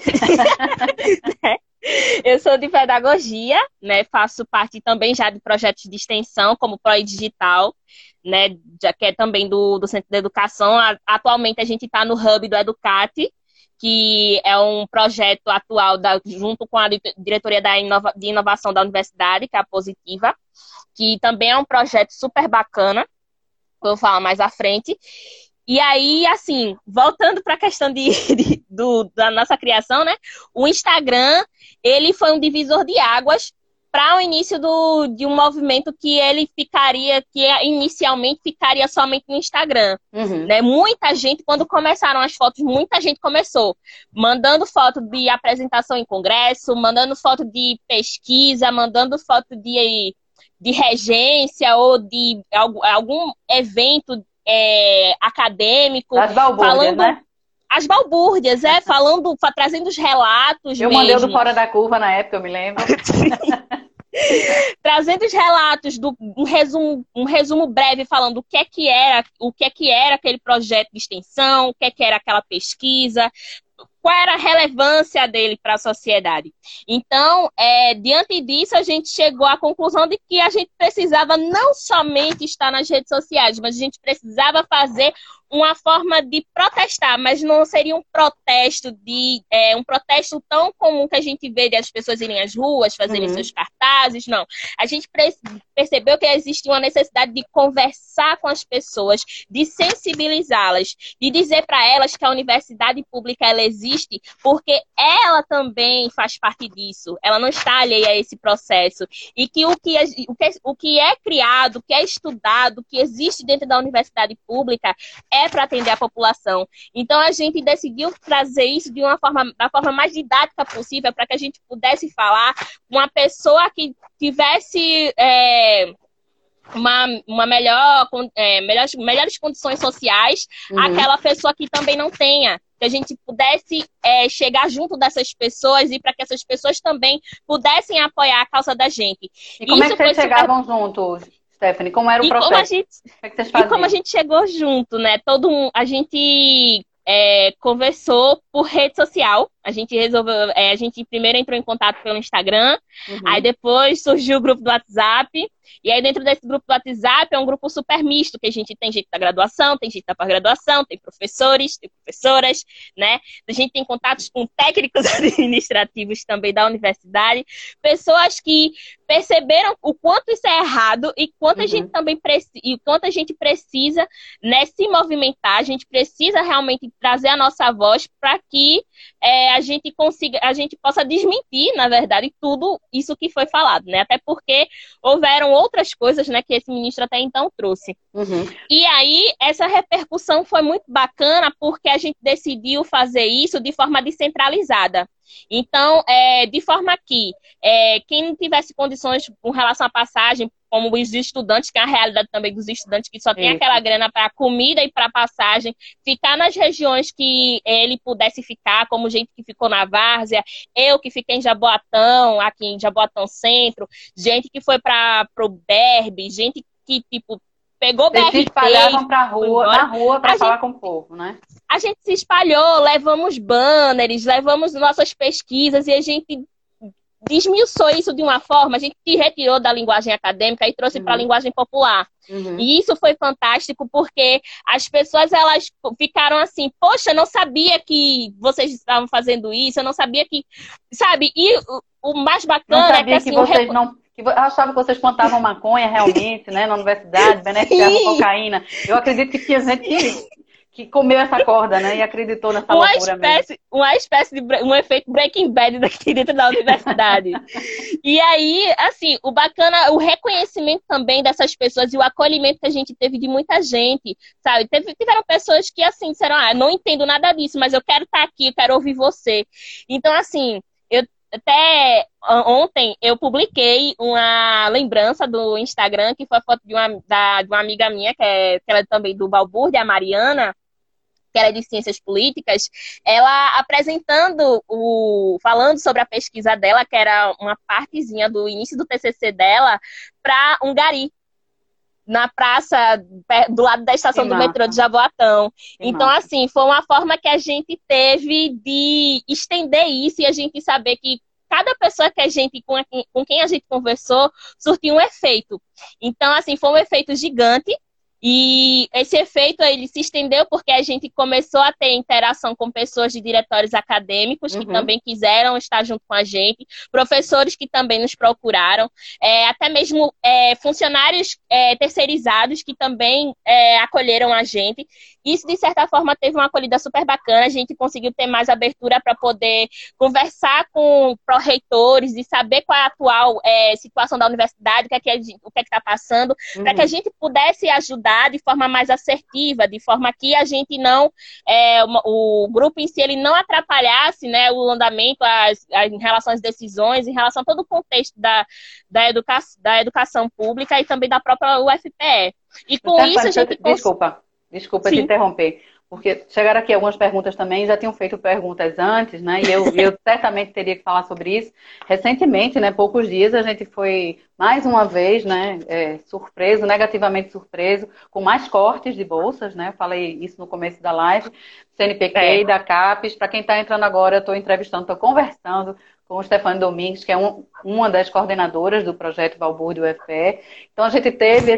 Eu sou de pedagogia, né? Faço parte também já de projetos de extensão, como PROE Digital, né? Já que é também do Centro de Educação. Atualmente a gente está no Hub do Educate, que é um projeto atual junto com a diretoria de inovação da universidade, que é a Positiva, que também é um projeto super bacana, que eu vou falar mais à frente. E aí, assim, voltando para a questão da nossa criação, né? O Instagram, ele foi um divisor de águas para o início de um movimento que inicialmente ficaria somente no Instagram. Né? Muita gente, quando começaram as fotos, muita gente começou mandando foto de apresentação em congresso, mandando foto de pesquisa, mandando foto de regência ou de algum evento acadêmico. As balbúrdias, né? As balbúrdias, trazendo os relatos eu mesmo. mandei o do Fora da Curva na época, eu me lembro. Trazendo os relatos, um resumo breve falando o que é que era aquele projeto de extensão, o que era aquela pesquisa, qual era a relevância dele para a sociedade. Então, diante disso, a gente chegou à conclusão de que a gente precisava não somente estar nas redes sociais, mas a gente precisava fazer uma forma de protestar, mas não seria um protesto um protesto tão comum que a gente vê de as pessoas irem às ruas, fazerem seus cartazes, não. A gente percebeu que existia uma necessidade de conversar com as pessoas, de sensibilizá-las, de dizer para elas que a universidade pública ela existe porque ela também faz parte disso, ela não está alheia a esse processo, e que o que é criado, o que é estudado, o que existe dentro da universidade pública para atender a população. Então, a gente decidiu trazer isso da forma mais didática possível, para que a gente pudesse falar com uma pessoa que tivesse melhores condições sociais, aquela pessoa que também não tenha. Que a gente pudesse chegar junto dessas pessoas e para que essas pessoas também pudessem apoiar a causa da gente. E como é que vocês chegavam juntos? Stephanie, como era o processo? Como a gente chegou junto, né? A gente conversou por rede social. A gente resolveu. A gente primeiro entrou em contato pelo Instagram, aí depois surgiu o grupo do WhatsApp. E aí, dentro desse grupo do WhatsApp, é um grupo super misto, que a gente tem gente da graduação, tem gente da pós-graduação, tem professores, tem professoras, né? A gente tem contatos com técnicos administrativos também da universidade, pessoas que perceberam o quanto isso é errado e quanto a gente também precisa, né, se movimentar. A gente precisa realmente trazer a nossa voz para que a gente possa desmentir, na verdade, tudo isso que foi falado, né? Até porque houveram outras coisas, né, que esse ministro até então trouxe. E aí, essa repercussão foi muito bacana porque a gente decidiu fazer isso de forma descentralizada. Então, de forma que quem não tivesse condições com relação à passagem, como os estudantes, que é a realidade também dos estudantes, que só tem aquela grana para comida e para passagem, ficar nas regiões que ele pudesse ficar, como gente que ficou na Várzea, eu que fiquei em Jaboatão, aqui em Jaboatão Centro, gente que foi para o Berbe, gente que, tipo, pegou BRT. Vocês se espalhavam na rua para falar com o povo, né? A gente se espalhou, levamos banners, levamos nossas pesquisas e a gente desmiuçou isso de uma forma, a gente se retirou da linguagem acadêmica e trouxe para a linguagem popular. E isso foi fantástico porque as pessoas, elas ficaram assim, poxa, eu não sabia que vocês estavam fazendo isso, eu não sabia que, sabe? E o mais bacana é que assim... Eu achava que vocês plantavam maconha realmente, né, na universidade, beneficiavam cocaína. Eu acredito que tinha gente que comeu essa corda, né, e acreditou nessa loucura mesmo. Um efeito Breaking Bad daqui dentro da universidade. E aí, assim, o bacana, o reconhecimento também dessas pessoas e o acolhimento que a gente teve de muita gente, sabe? Tiveram pessoas que, assim, disseram, não entendo nada disso, mas eu quero estar aqui, eu quero ouvir você. Então, assim, até ontem eu publiquei uma lembrança do Instagram, que foi a foto de uma amiga minha, que ela é também do Balbúrdia, a Mariana, que era de Ciências Políticas, ela apresentando, falando sobre a pesquisa dela, que era uma partezinha do início do TCC dela, para um gari, na praça, do lado da estação do metrô de Jaboatão. Então, assim, foi uma forma que a gente teve de estender isso e a gente saber que cada pessoa que com quem a gente conversou surtiu um efeito. Então, assim, foi um efeito gigante. E esse efeito ele se estendeu porque a gente começou a ter interação com pessoas de diretórios acadêmicos que também quiseram estar junto com a gente, professores que também nos procuraram, até mesmo funcionários terceirizados que também acolheram a gente. Isso, de certa forma, teve uma acolhida super bacana. A gente conseguiu ter mais abertura para poder conversar com pró-reitores e saber qual é a atual situação da universidade, o que é que está passando, para que a gente pudesse ajudar de forma mais assertiva, de forma que a gente não, o grupo em si, ele não atrapalhasse, né, o andamento em relação às decisões, em relação a todo o contexto da educação pública e também da própria UFPE. E com isso a gente... Desculpa te interromper, porque chegaram aqui algumas perguntas também, já tinham feito perguntas antes, né? E eu certamente teria que falar sobre isso. Recentemente, né, poucos dias, a gente foi mais uma vez, né, negativamente surpreso, com mais cortes de bolsas, né? Eu falei isso no começo da live, CNPq e da CAPES. Para quem está entrando agora, eu estou conversando com o Stefano Domingues, que é uma das coordenadoras do projeto Balbúrdia UFPE. Então, a gente teve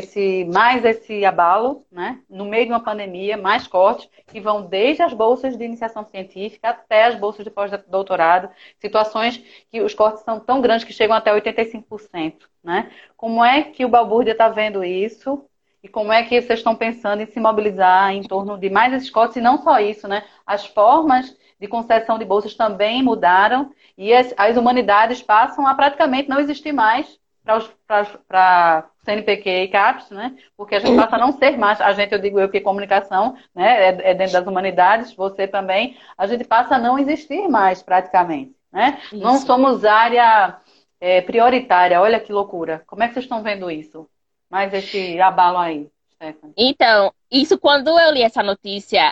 esse abalo, né? No meio de uma pandemia, mais cortes, que vão desde as bolsas de iniciação científica até as bolsas de pós-doutorado, situações que os cortes são tão grandes que chegam até 85%. Né? Como é que o Balbúrdia está vendo isso? E como é que vocês estão pensando em se mobilizar em torno de mais esses cortes? E não só isso, né? As formas de concessão de bolsas também mudaram e as humanidades passam a praticamente não existir mais para CNPq e CAPES, né? Porque a gente passa a não ser mais, eu digo eu que comunicação, né? É dentro das humanidades, você também, a gente passa a não existir mais praticamente, né? Isso. Não somos área prioritária, olha que loucura. Como é que vocês estão vendo isso? Mais esse abalo aí, Stephanie. Então, isso quando eu li essa notícia,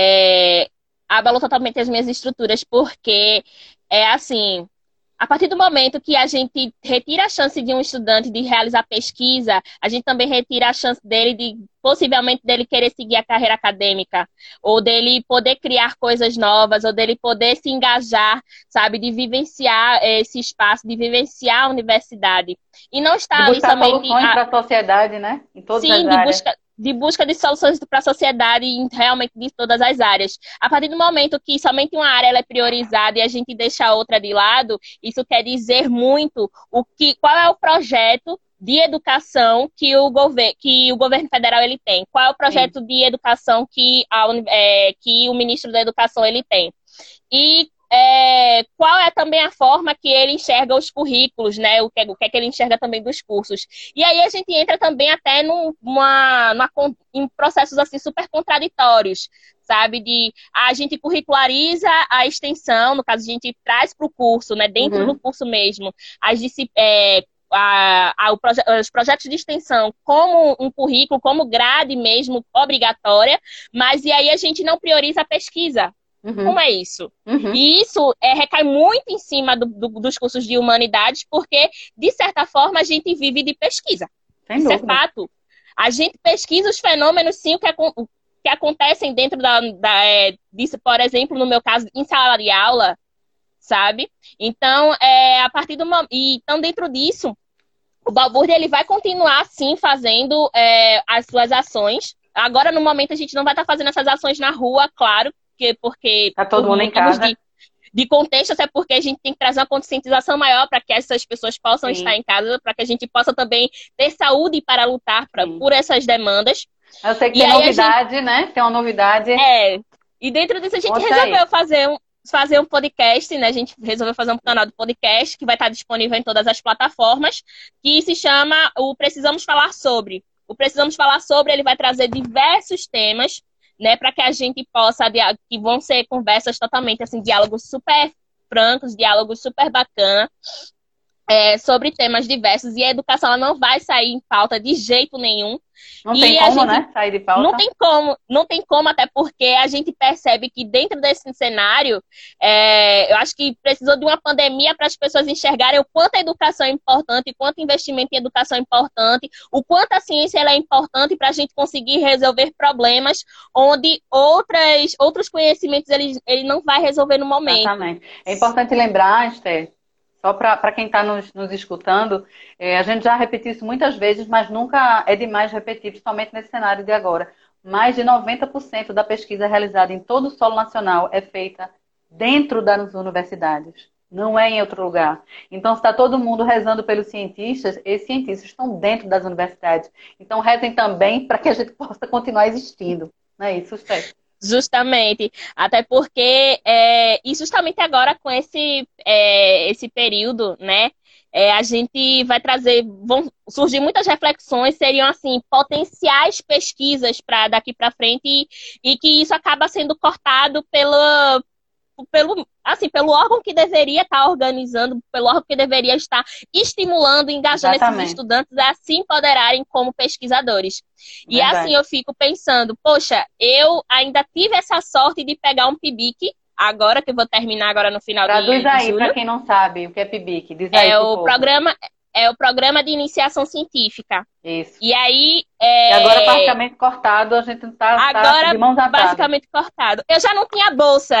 abalou totalmente as minhas estruturas, porque assim, a partir do momento que a gente retira a chance de um estudante de realizar pesquisa, a gente também retira a chance dele possivelmente dele querer seguir a carreira acadêmica, ou dele poder criar coisas novas, ou dele poder se engajar, sabe, de vivenciar esse espaço, de vivenciar a universidade. E não está ali somente... soluções para a sociedade, né? Em todas as áreas. De busca de soluções para a sociedade em realmente de todas as áreas. A partir do momento que somente uma área ela é priorizada e a gente deixa a outra de lado, isso quer dizer muito qual é o projeto de educação que o governo federal ele tem. Qual é o projeto de educação que o ministro da Educação ele tem. e qual é também a forma que ele enxerga os currículos, né? O que é que ele enxerga também dos cursos. E aí a gente entra também até em processos assim super contraditórios, sabe? A gente curriculariza a extensão, no caso a gente traz para o curso, né? Dentro do curso mesmo, os projetos de extensão como um currículo, como grade mesmo, obrigatória, mas e aí a gente não prioriza a pesquisa. Como é isso? E isso recai muito em cima dos cursos de humanidades, porque, de certa forma, a gente vive de pesquisa. Isso é fato. A gente pesquisa os fenômenos, sim, que acontecem dentro disso, por exemplo, no meu caso, em sala de aula, sabe? Então, a partir do momento... Então, dentro disso, o Balbúrdia, ele vai continuar, sim, fazendo as suas ações. Agora, no momento, a gente não vai estar fazendo essas ações na rua, claro, porque tá todo mundo em casa. De contexto, até porque a gente tem que trazer uma conscientização maior para que essas pessoas possam estar em casa, para que a gente possa também ter saúde para lutar por essas demandas. Eu sei que tem novidade, né? Tem uma novidade. E dentro disso a gente resolveu fazer um podcast, né? A gente resolveu fazer um canal de podcast que vai estar disponível em todas as plataformas, que se chama o Precisamos Falar Sobre. O Precisamos Falar Sobre, ele vai trazer diversos temas, né, para que a gente possa, que vão ser conversas totalmente, assim, diálogos super francos, diálogos super bacanas, sobre temas diversos, e a educação ela não vai sair em pauta de jeito nenhum. Não tem como, né, sair de pauta? Não tem como, até porque a gente percebe que dentro desse cenário, eu acho que precisou de uma pandemia para as pessoas enxergarem o quanto a educação é importante, o quanto o investimento em educação é importante, o quanto a ciência ela é importante para a gente conseguir resolver problemas onde outros conhecimentos ele não vai resolver no momento. Exatamente. É importante lembrar, Esther, só para quem está nos escutando, a gente já repetiu isso muitas vezes, mas nunca é demais repetir, principalmente nesse cenário de agora. Mais de 90% da pesquisa realizada em todo o solo nacional é feita dentro das universidades, não é em outro lugar. Então, se está todo mundo rezando pelos cientistas, esses cientistas estão dentro das universidades. Então, rezem também para que a gente possa continuar existindo. Não é isso, Steph? Justamente, até porque e justamente agora com esse período, né, a gente vai vão surgir muitas reflexões, seriam assim, potenciais pesquisas para daqui para frente e que isso acaba sendo cortado pelo órgão que deveria estar organizando, pelo órgão que deveria estar estimulando, engajando esses estudantes a se empoderarem como pesquisadores. E assim eu fico pensando, poxa, eu ainda tive essa sorte de pegar um PIBIC, agora que eu vou terminar agora no final de julho. Traduz aí para quem não sabe o que é PIBIC. Diz aí É o programa de iniciação científica. Isso. E aí... E agora praticamente cortado, a gente está de mãos atadas. Basicamente cortado. Eu já não tinha bolsa.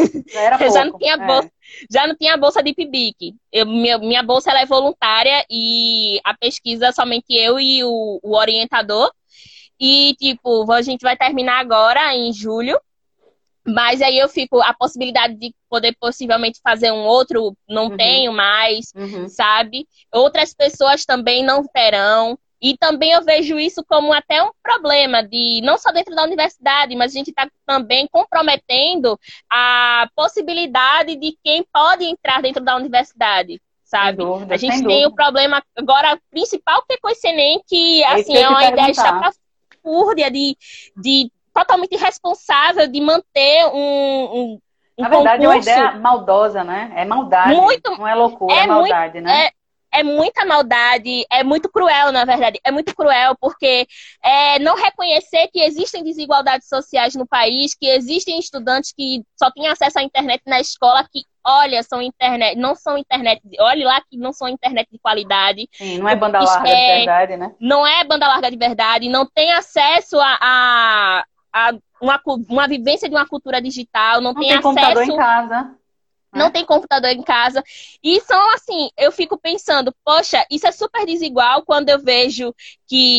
Já não tinha bolsa de PIBIC. Minha bolsa ela é voluntária e a pesquisa somente eu e o orientador. E, tipo, a gente vai terminar agora em julho. Mas aí eu fico, a possibilidade de poder possivelmente fazer um outro, não tenho mais, sabe? Outras pessoas também não terão. E também eu vejo isso como até um problema, não só dentro da universidade, mas a gente está também comprometendo a possibilidade de quem pode entrar dentro da universidade, sabe? A gente tem o problema agora principal que é com esse Enem, que assim, é uma ideia estapafúrdia de totalmente irresponsável de manter um Na verdade, concurso. É uma ideia maldosa, né? É maldade, não é loucura, é maldade, né? É muita maldade, é muito cruel, na verdade. É muito cruel não reconhecer que existem desigualdades sociais no país, que existem estudantes que só têm acesso à internet na escola, que, olha, não são internet, olha lá que não são internet de qualidade. Sim, não é banda larga de verdade, né? Não é banda larga de verdade, não tem acesso a uma vivência de uma cultura digital, não tem acesso... computador em casa. Não tem computador em casa. E são assim, eu fico pensando, poxa, isso é super desigual quando eu vejo que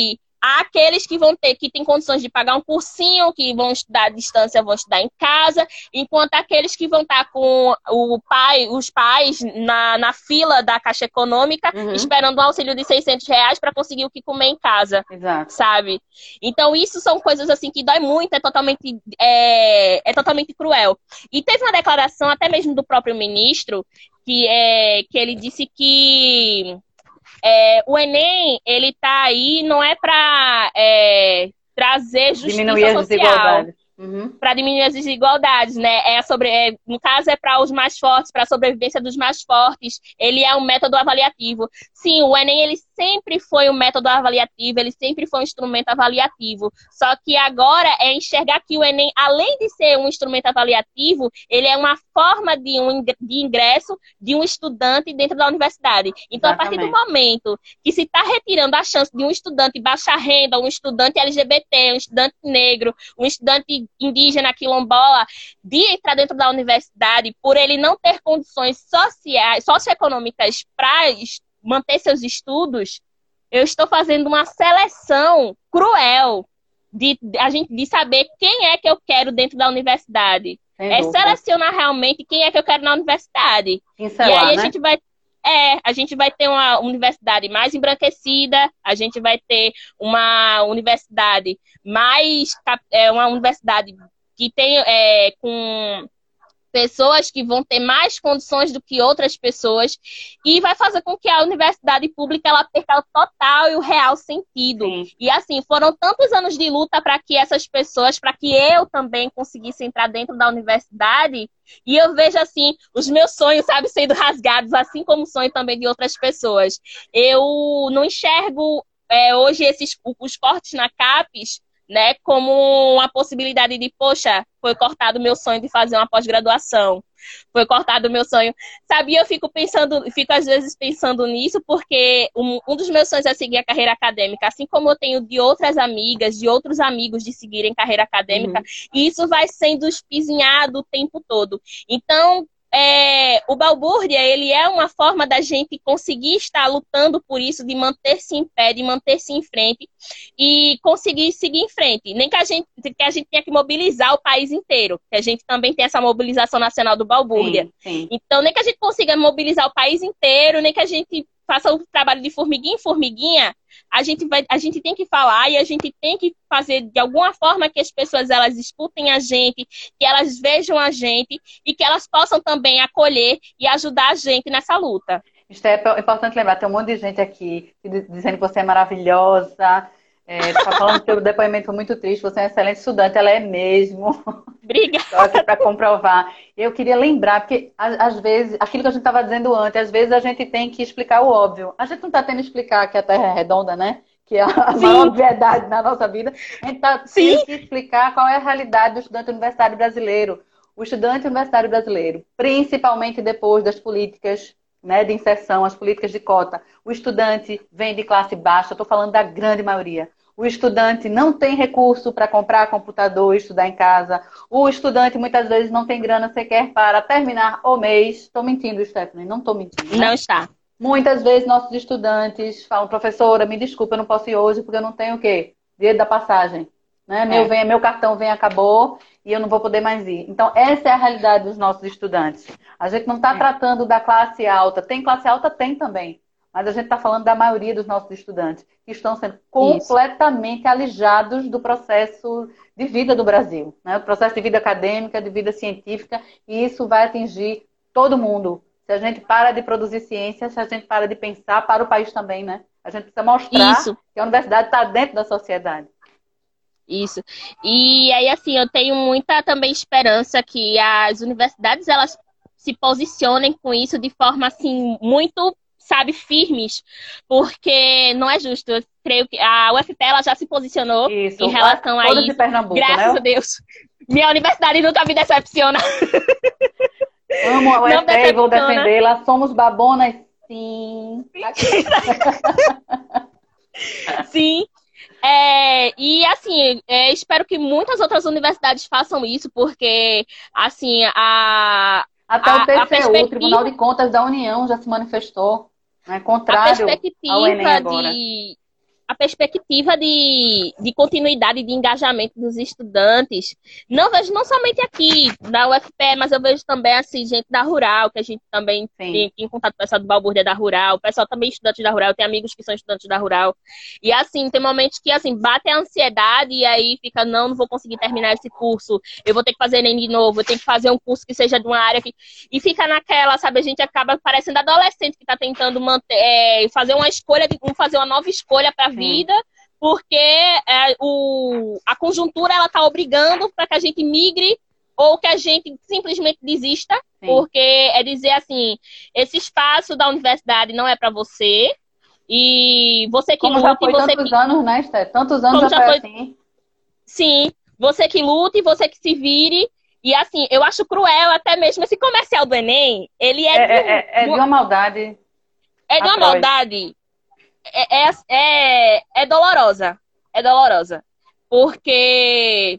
há aqueles que que têm condições de pagar um cursinho, que vão estudar à distância, vão estudar em casa, enquanto aqueles que vão estar com os pais na fila da Caixa Econômica, esperando um auxílio de R$ 600 para conseguir o que comer em casa. Exato. Sabe? Então, isso são coisas assim que dói muito, é totalmente cruel. E teve uma declaração, até mesmo do próprio ministro, que ele disse que o Enem, ele tá aí, não é para trazer justiça diminuir as social. desigualdades. Para diminuir as desigualdades, né? No caso, é para os mais fortes, para a sobrevivência dos mais fortes. Ele é um método avaliativo. Sim, o Enem, ele sempre foi um método avaliativo, ele sempre foi um instrumento avaliativo. Só que agora é enxergar que o Enem, além de ser um instrumento avaliativo, ele é uma forma de ingresso de um estudante dentro da universidade. Então, Exatamente. a partir do momento que se está retirando a chance de um estudante baixa renda, um estudante LGBT, um estudante negro, um estudante indígena, quilombola, de entrar dentro da universidade por ele não ter condições socioeconômicas para manter seus estudos, eu estou fazendo uma seleção cruel de saber quem é que eu quero dentro da universidade. Selecionar realmente quem é que eu quero na universidade. Pincelar, e aí né? a gente vai ter uma universidade mais embranquecida, a gente vai ter uma universidade uma universidade que tem com pessoas que vão ter mais condições do que outras pessoas, e vai fazer com que a universidade pública ela perca o total e o real sentido. Sim. E assim, foram tantos anos de luta para que essas pessoas, para que eu também conseguisse entrar dentro da universidade, e eu vejo assim, os meus sonhos, sabe, sendo rasgados, assim como o sonho também de outras pessoas. Eu não enxergo hoje os cortes na CAPES, né, como uma possibilidade de, poxa, foi cortado o meu sonho de fazer uma pós-graduação, foi cortado o meu sonho, sabe? Eu fico às vezes pensando nisso, porque um dos meus sonhos é seguir a carreira acadêmica, assim como eu tenho de outras amigas, de outros amigos de seguirem carreira acadêmica, e isso vai sendo espizinhado o tempo todo. Então, o Balbúrdia, ele é uma forma da gente conseguir estar lutando por isso, de manter-se em pé, de manter-se em frente e conseguir seguir em frente. Nem que a gente tenha que mobilizar o país inteiro, que a gente também tem essa mobilização nacional do Balbúrdia. Sim. Então, nem que a gente consiga mobilizar o país inteiro, nem que a gente faça o trabalho de formiguinha em formiguinha, a gente tem que falar e a gente tem que fazer de alguma forma que as pessoas elas escutem a gente, que elas vejam a gente e que elas possam também acolher e ajudar a gente nessa luta. Isso é importante lembrar, tem um monte de gente aqui dizendo que você é maravilhosa, tá falando que o depoimento foi muito triste, você é uma excelente estudante, ela é mesmo. Obrigada. Estou aqui para comprovar. Eu queria lembrar, porque às vezes, aquilo que a gente estava dizendo antes, às vezes a gente tem que explicar o óbvio. A gente não está tendo que explicar que a Terra é redonda, né? Que é a maior verdade na nossa vida. A gente está tendo que explicar qual é a realidade do estudante universitário brasileiro. O estudante universitário brasileiro, principalmente depois das políticas, né, de inserção, as políticas de cota. O estudante vem de classe baixa, estou falando da grande maioria. O estudante não tem recurso para comprar computador e estudar em casa. O estudante muitas vezes não tem grana sequer para terminar o mês. Estou mentindo, Stephanie, não estou mentindo. Né? Não está. Muitas vezes nossos estudantes falam, professora, me desculpa, eu não posso ir hoje porque eu não tenho o quê? Dinheiro da passagem. Né? Meu cartão acabou e eu não vou poder mais ir. Então, essa é a realidade dos nossos estudantes. A gente não está tratando da classe alta. Tem classe alta? Tem também. Mas a gente está falando da maioria dos nossos estudantes que estão sendo completamente alijados do processo de vida do Brasil, né? O processo de vida acadêmica, de vida científica, e isso vai atingir todo mundo. Se a gente para de produzir ciência, se a gente para de pensar, para o país também, né? A gente precisa mostrar que a universidade está dentro da sociedade. Isso. E aí, assim, eu tenho muita também esperança que as universidades, elas se posicionem com isso de forma, assim, muito, sabe, firmes, porque não é justo. Eu creio que a UFPE, ela já se posicionou em relação a isso. De Pernambuco, graças né? a Deus. Minha universidade nunca me decepciona. Amo a UFPE e vou defendê-la. Somos babonas, sim. Sim. E assim, espero que muitas outras universidades façam isso, porque assim, até o TCU, o Tribunal de Contas da União, já se manifestou, né, contrário ao Enem agora. a perspectiva de continuidade de engajamento dos estudantes. Não vejo não somente aqui da UFPE, mas eu vejo também assim, gente da Rural, que a gente também tem contato com o pessoal do Balbúrdia da Rural, o pessoal também estudante da Rural, tem amigos que são estudantes da Rural. E assim, tem momentos que assim, bate a ansiedade e aí fica, não vou conseguir terminar esse curso, eu vou ter que fazer Enem de novo, eu tenho que fazer um curso que seja de uma área que... E fica naquela, sabe, a gente acaba parecendo adolescente que está tentando manter, fazer uma escolha, fazer uma nova escolha para a vida, porque a conjuntura ela está obrigando para que a gente migre ou que a gente simplesmente desista, porque é dizer assim, esse espaço da universidade não é para você, e você que como luta... já foi você tantos que... anos, né, Esther? Tantos anos já foi assim. Sim, você que luta e você que se vire. E assim, eu acho cruel até mesmo esse comercial do Enem, ele de uma maldade. É de uma maldade. É dolorosa. É dolorosa. Porque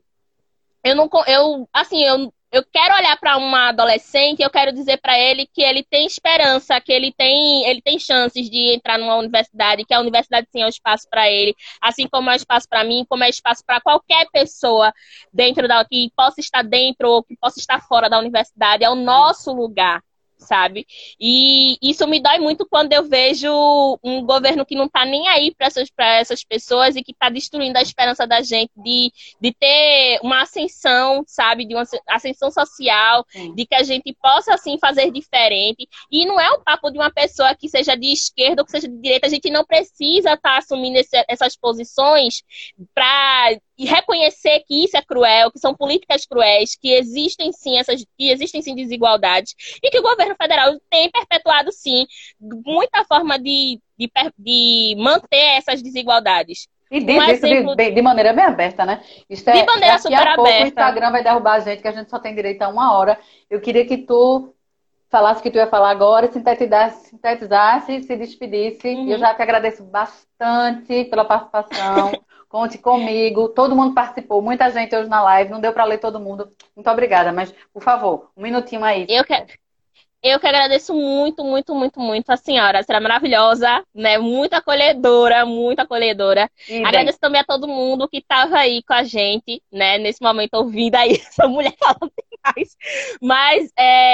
eu quero olhar para uma adolescente e eu quero dizer para ele que ele tem esperança, que ele tem chances de entrar numa universidade, que a universidade sim é um espaço para ele, assim como é um espaço para mim, como é espaço para qualquer pessoa que possa estar dentro ou que possa estar fora da universidade, é o nosso lugar, sabe? E isso me dói muito quando eu vejo um governo que não está nem aí para essas pessoas e que está destruindo a esperança da gente de ter uma ascensão, sabe? De uma ascensão social, de que a gente possa, assim, fazer diferente. E não é um papo de uma pessoa que seja de esquerda ou que seja de direita. A gente não precisa estar assumindo essas posições para reconhecer que isso é cruel, que são políticas cruéis, que existem sim desigualdades e que o governo federal tem perpetuado sim muita forma de manter essas desigualdades. E de maneira bem aberta, né? De maneira super aberta. O Instagram vai derrubar a gente, que a gente só tem direito a 1 hora. Eu queria que tu falasse o que tu ia falar agora, sintetizasse, se despedisse. Eu já te agradeço bastante pela participação. Conte comigo. Todo mundo participou. Muita gente hoje na live. Não deu para ler todo mundo. Muito obrigada. Mas, por favor, um minutinho aí. Eu que agradeço muito, muito, muito, muito a senhora. A senhora é maravilhosa, né? Muito acolhedora, muito acolhedora. Agradeço também a todo mundo que estava aí com a gente, né? Nesse momento, ouvindo aí essa mulher falando demais. Mas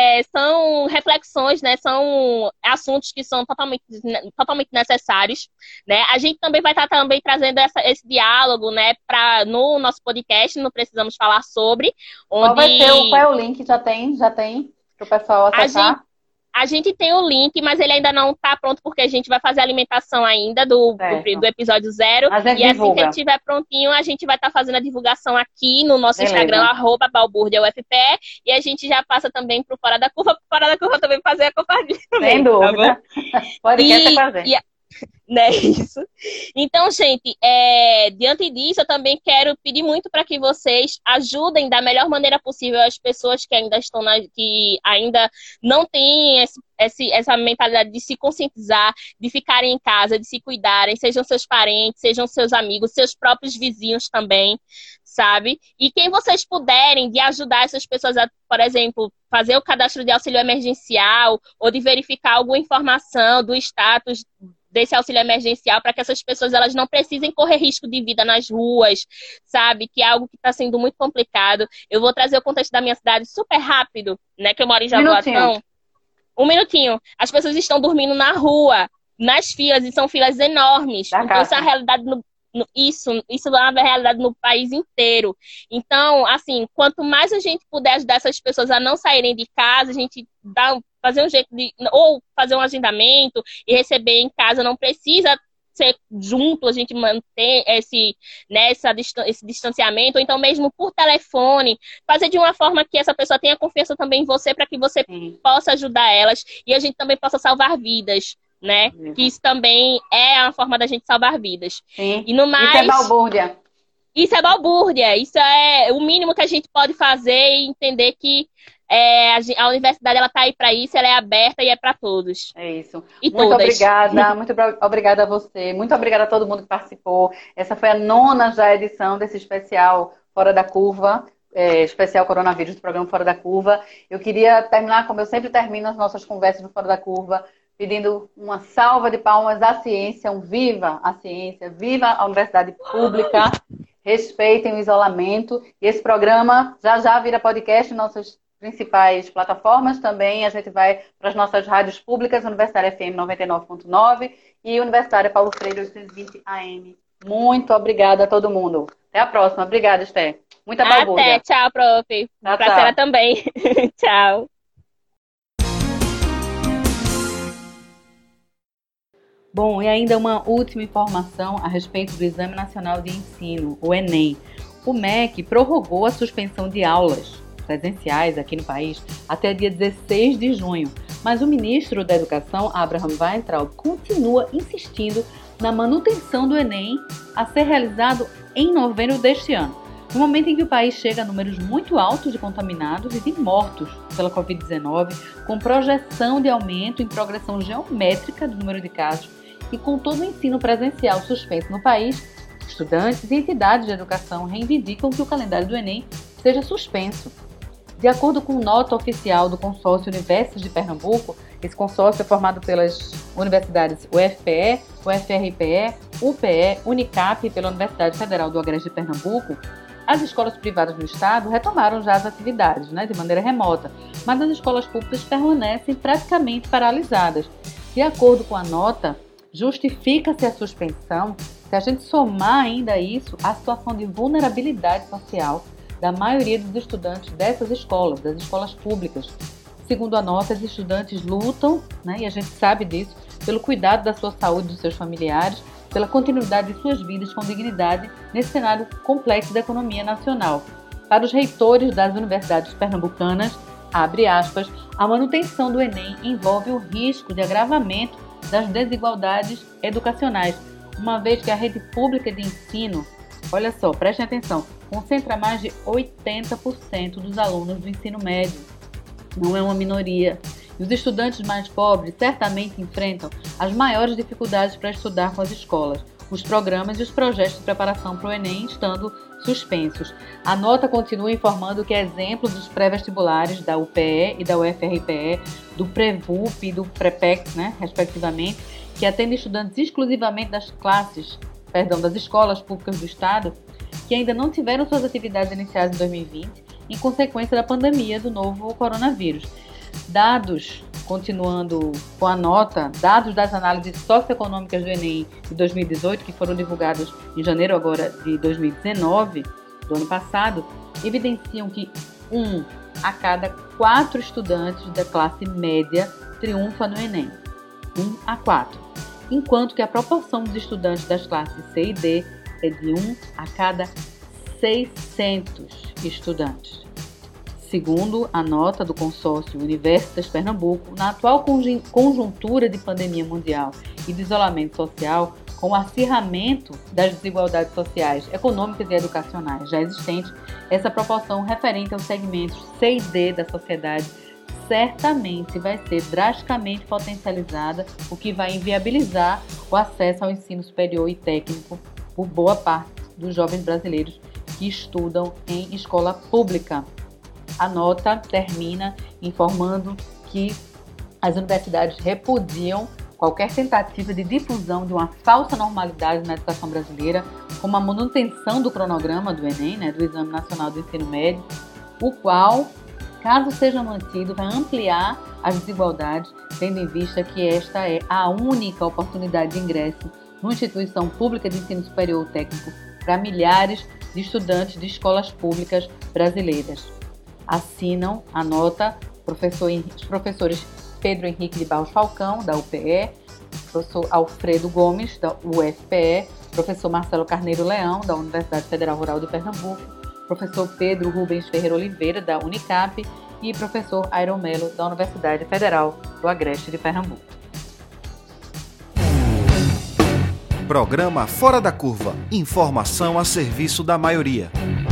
são reflexões, né? São assuntos que são totalmente necessários, né? A gente também vai estar também trazendo esse diálogo, né? No nosso podcast, não precisamos falar sobre. Qual é o link? Já tem? Para o pessoal acessar? A gente tem o link, mas ele ainda não está pronto porque a gente vai fazer a alimentação ainda do episódio 0. E assim que ele estiver prontinho, a gente vai estar fazendo a divulgação aqui no nosso Instagram, @balburdiaufpe, e a gente já passa também para o Fora da Curva. Fora da Curva também fazer a covardia também. Sem dúvida. Pode fazer. Né, isso. Então, gente, diante disso, eu também quero pedir muito para que vocês ajudem da melhor maneira possível as pessoas que ainda que ainda não têm essa mentalidade de se conscientizar, de ficarem em casa, de se cuidarem, sejam seus parentes, sejam seus amigos, seus próprios vizinhos também, sabe? E quem vocês puderem de ajudar essas pessoas a, por exemplo, fazer o cadastro de auxílio emergencial ou de verificar alguma informação do status desse auxílio emergencial para que essas pessoas elas não precisem correr risco de vida nas ruas, sabe? Que é algo que está sendo muito complicado. Eu vou trazer o contexto da minha cidade super rápido, né? Que eu moro em Jaboatão. Um minutinho. As pessoas estão dormindo na rua, nas filas, e são filas enormes. Então, isso é uma realidade isso é uma realidade no país inteiro. Então, assim, quanto mais a gente puder ajudar essas pessoas a não saírem de casa, a gente fazer um jeito ou fazer um agendamento e receber em casa, não precisa ser junto, a gente manter esse distanciamento, ou então mesmo por telefone, fazer de uma forma que essa pessoa tenha confiança também em você, para que você possa ajudar elas e a gente também possa salvar vidas, né? Que isso também é uma forma da gente salvar vidas. Sim. E no mais, isso é balbúrdia. Isso é balbúrdia. Isso é o mínimo que a gente pode fazer e entender que a universidade ela tá aí para isso, ela é aberta e é para todos. É isso. E muito todas. Obrigada, muito obrigada a você. Muito obrigada a todo mundo que participou. Essa foi a 9ª já edição desse especial Fora da Curva. Especial coronavírus do programa Fora da Curva. Eu queria terminar como eu sempre termino as nossas conversas no Fora da Curva, pedindo uma salva de palmas à ciência, um viva a ciência, viva a universidade pública, respeitem o isolamento. E esse programa já vira podcast em nossas principais plataformas também. A gente vai para as nossas rádios públicas, Universitária FM 99.9 e Universitária Paulo Freire 820 AM. Muito obrigada a todo mundo. Até a próxima. Obrigada, Esté. Muita balbúrdia. Até, tchau, prof. Tchau, Pra senhora também. Tchau. Bom, e ainda uma última informação a respeito do Exame Nacional de Ensino, o Enem. O MEC prorrogou a suspensão de aulas presenciais aqui no país até dia 16 de junho, mas o ministro da Educação, Abraham Weintraub, continua insistindo na manutenção do Enem a ser realizado em novembro deste ano, no momento em que o país chega a números muito altos de contaminados e de mortos pela Covid-19, com projeção de aumento em progressão geométrica do número de casos e com todo o ensino presencial suspenso no país, estudantes e entidades de educação reivindicam que o calendário do Enem seja suspenso. De acordo com nota oficial do consórcio Universidades de Pernambuco, esse consórcio é formado pelas universidades UFPE, UFRPE, UPE, Unicap e pela Universidade Federal do Agreste de Pernambuco. As escolas privadas no estado retomaram já as atividades, de maneira remota, mas as escolas públicas permanecem praticamente paralisadas. De acordo com a nota, justifica-se a suspensão se a gente somar ainda isso à situação de vulnerabilidade social da maioria dos estudantes dessas escolas, das escolas públicas. Segundo a nota, os estudantes lutam, e a gente sabe disso, pelo cuidado da sua saúde e dos seus familiares, pela continuidade de suas vidas com dignidade nesse cenário complexo da economia nacional. Para os reitores das universidades pernambucanas, abre aspas, a manutenção do Enem envolve o risco de agravamento das desigualdades educacionais, uma vez que a rede pública de ensino, olha só, prestem atenção, concentra mais de 80% dos alunos do ensino médio. Não é uma minoria. E os estudantes mais pobres certamente enfrentam as maiores dificuldades para estudar com as escolas, os programas e os projetos de preparação para o Enem estando suspensos. A nota continua informando que exemplos dos pré-vestibulares da UPE e da UFRPE, do Prevup e do Prepex, respectivamente, que atendem estudantes exclusivamente das escolas públicas do Estado, que ainda não tiveram suas atividades iniciadas em 2020, em consequência da pandemia do novo coronavírus. Dados, continuando com a nota, dados das análises socioeconômicas do Enem de 2018, que foram divulgados em janeiro agora de 2019, do ano passado, evidenciam que 1 a cada 4 estudantes da classe média triunfa no Enem. 1 a 4. Enquanto que a proporção dos estudantes das classes C e D é de 1 a cada 600 estudantes. Segundo a nota do consórcio Universitas Pernambuco, na atual conjuntura de pandemia mundial e de isolamento social, com o acirramento das desigualdades sociais, econômicas e educacionais já existentes, essa proporção referente aos segmentos C e D da sociedade certamente vai ser drasticamente potencializada, o que vai inviabilizar o acesso ao ensino superior e técnico por boa parte dos jovens brasileiros que estudam em escola pública. A nota termina informando que as universidades repudiam qualquer tentativa de difusão de uma falsa normalidade na educação brasileira, como a manutenção do cronograma do Enem, do Exame Nacional do Ensino Médio, o qual, caso seja mantido, vai ampliar as desigualdades, tendo em vista que esta é a única oportunidade de ingresso numa instituição pública de ensino superior ou técnico para milhares de estudantes de escolas públicas brasileiras. Assinam a nota os professores Pedro Henrique de Barros Falcão, da UPE, professor Alfredo Gomes, da UFPE, professor Marcelo Carneiro Leão, da Universidade Federal Rural de Pernambuco, professor Pedro Rubens Ferreira Oliveira, da Unicap, e professor Ayrton Melo, da Universidade Federal do Agreste de Pernambuco. Programa Fora da Curva. Informação a serviço da maioria.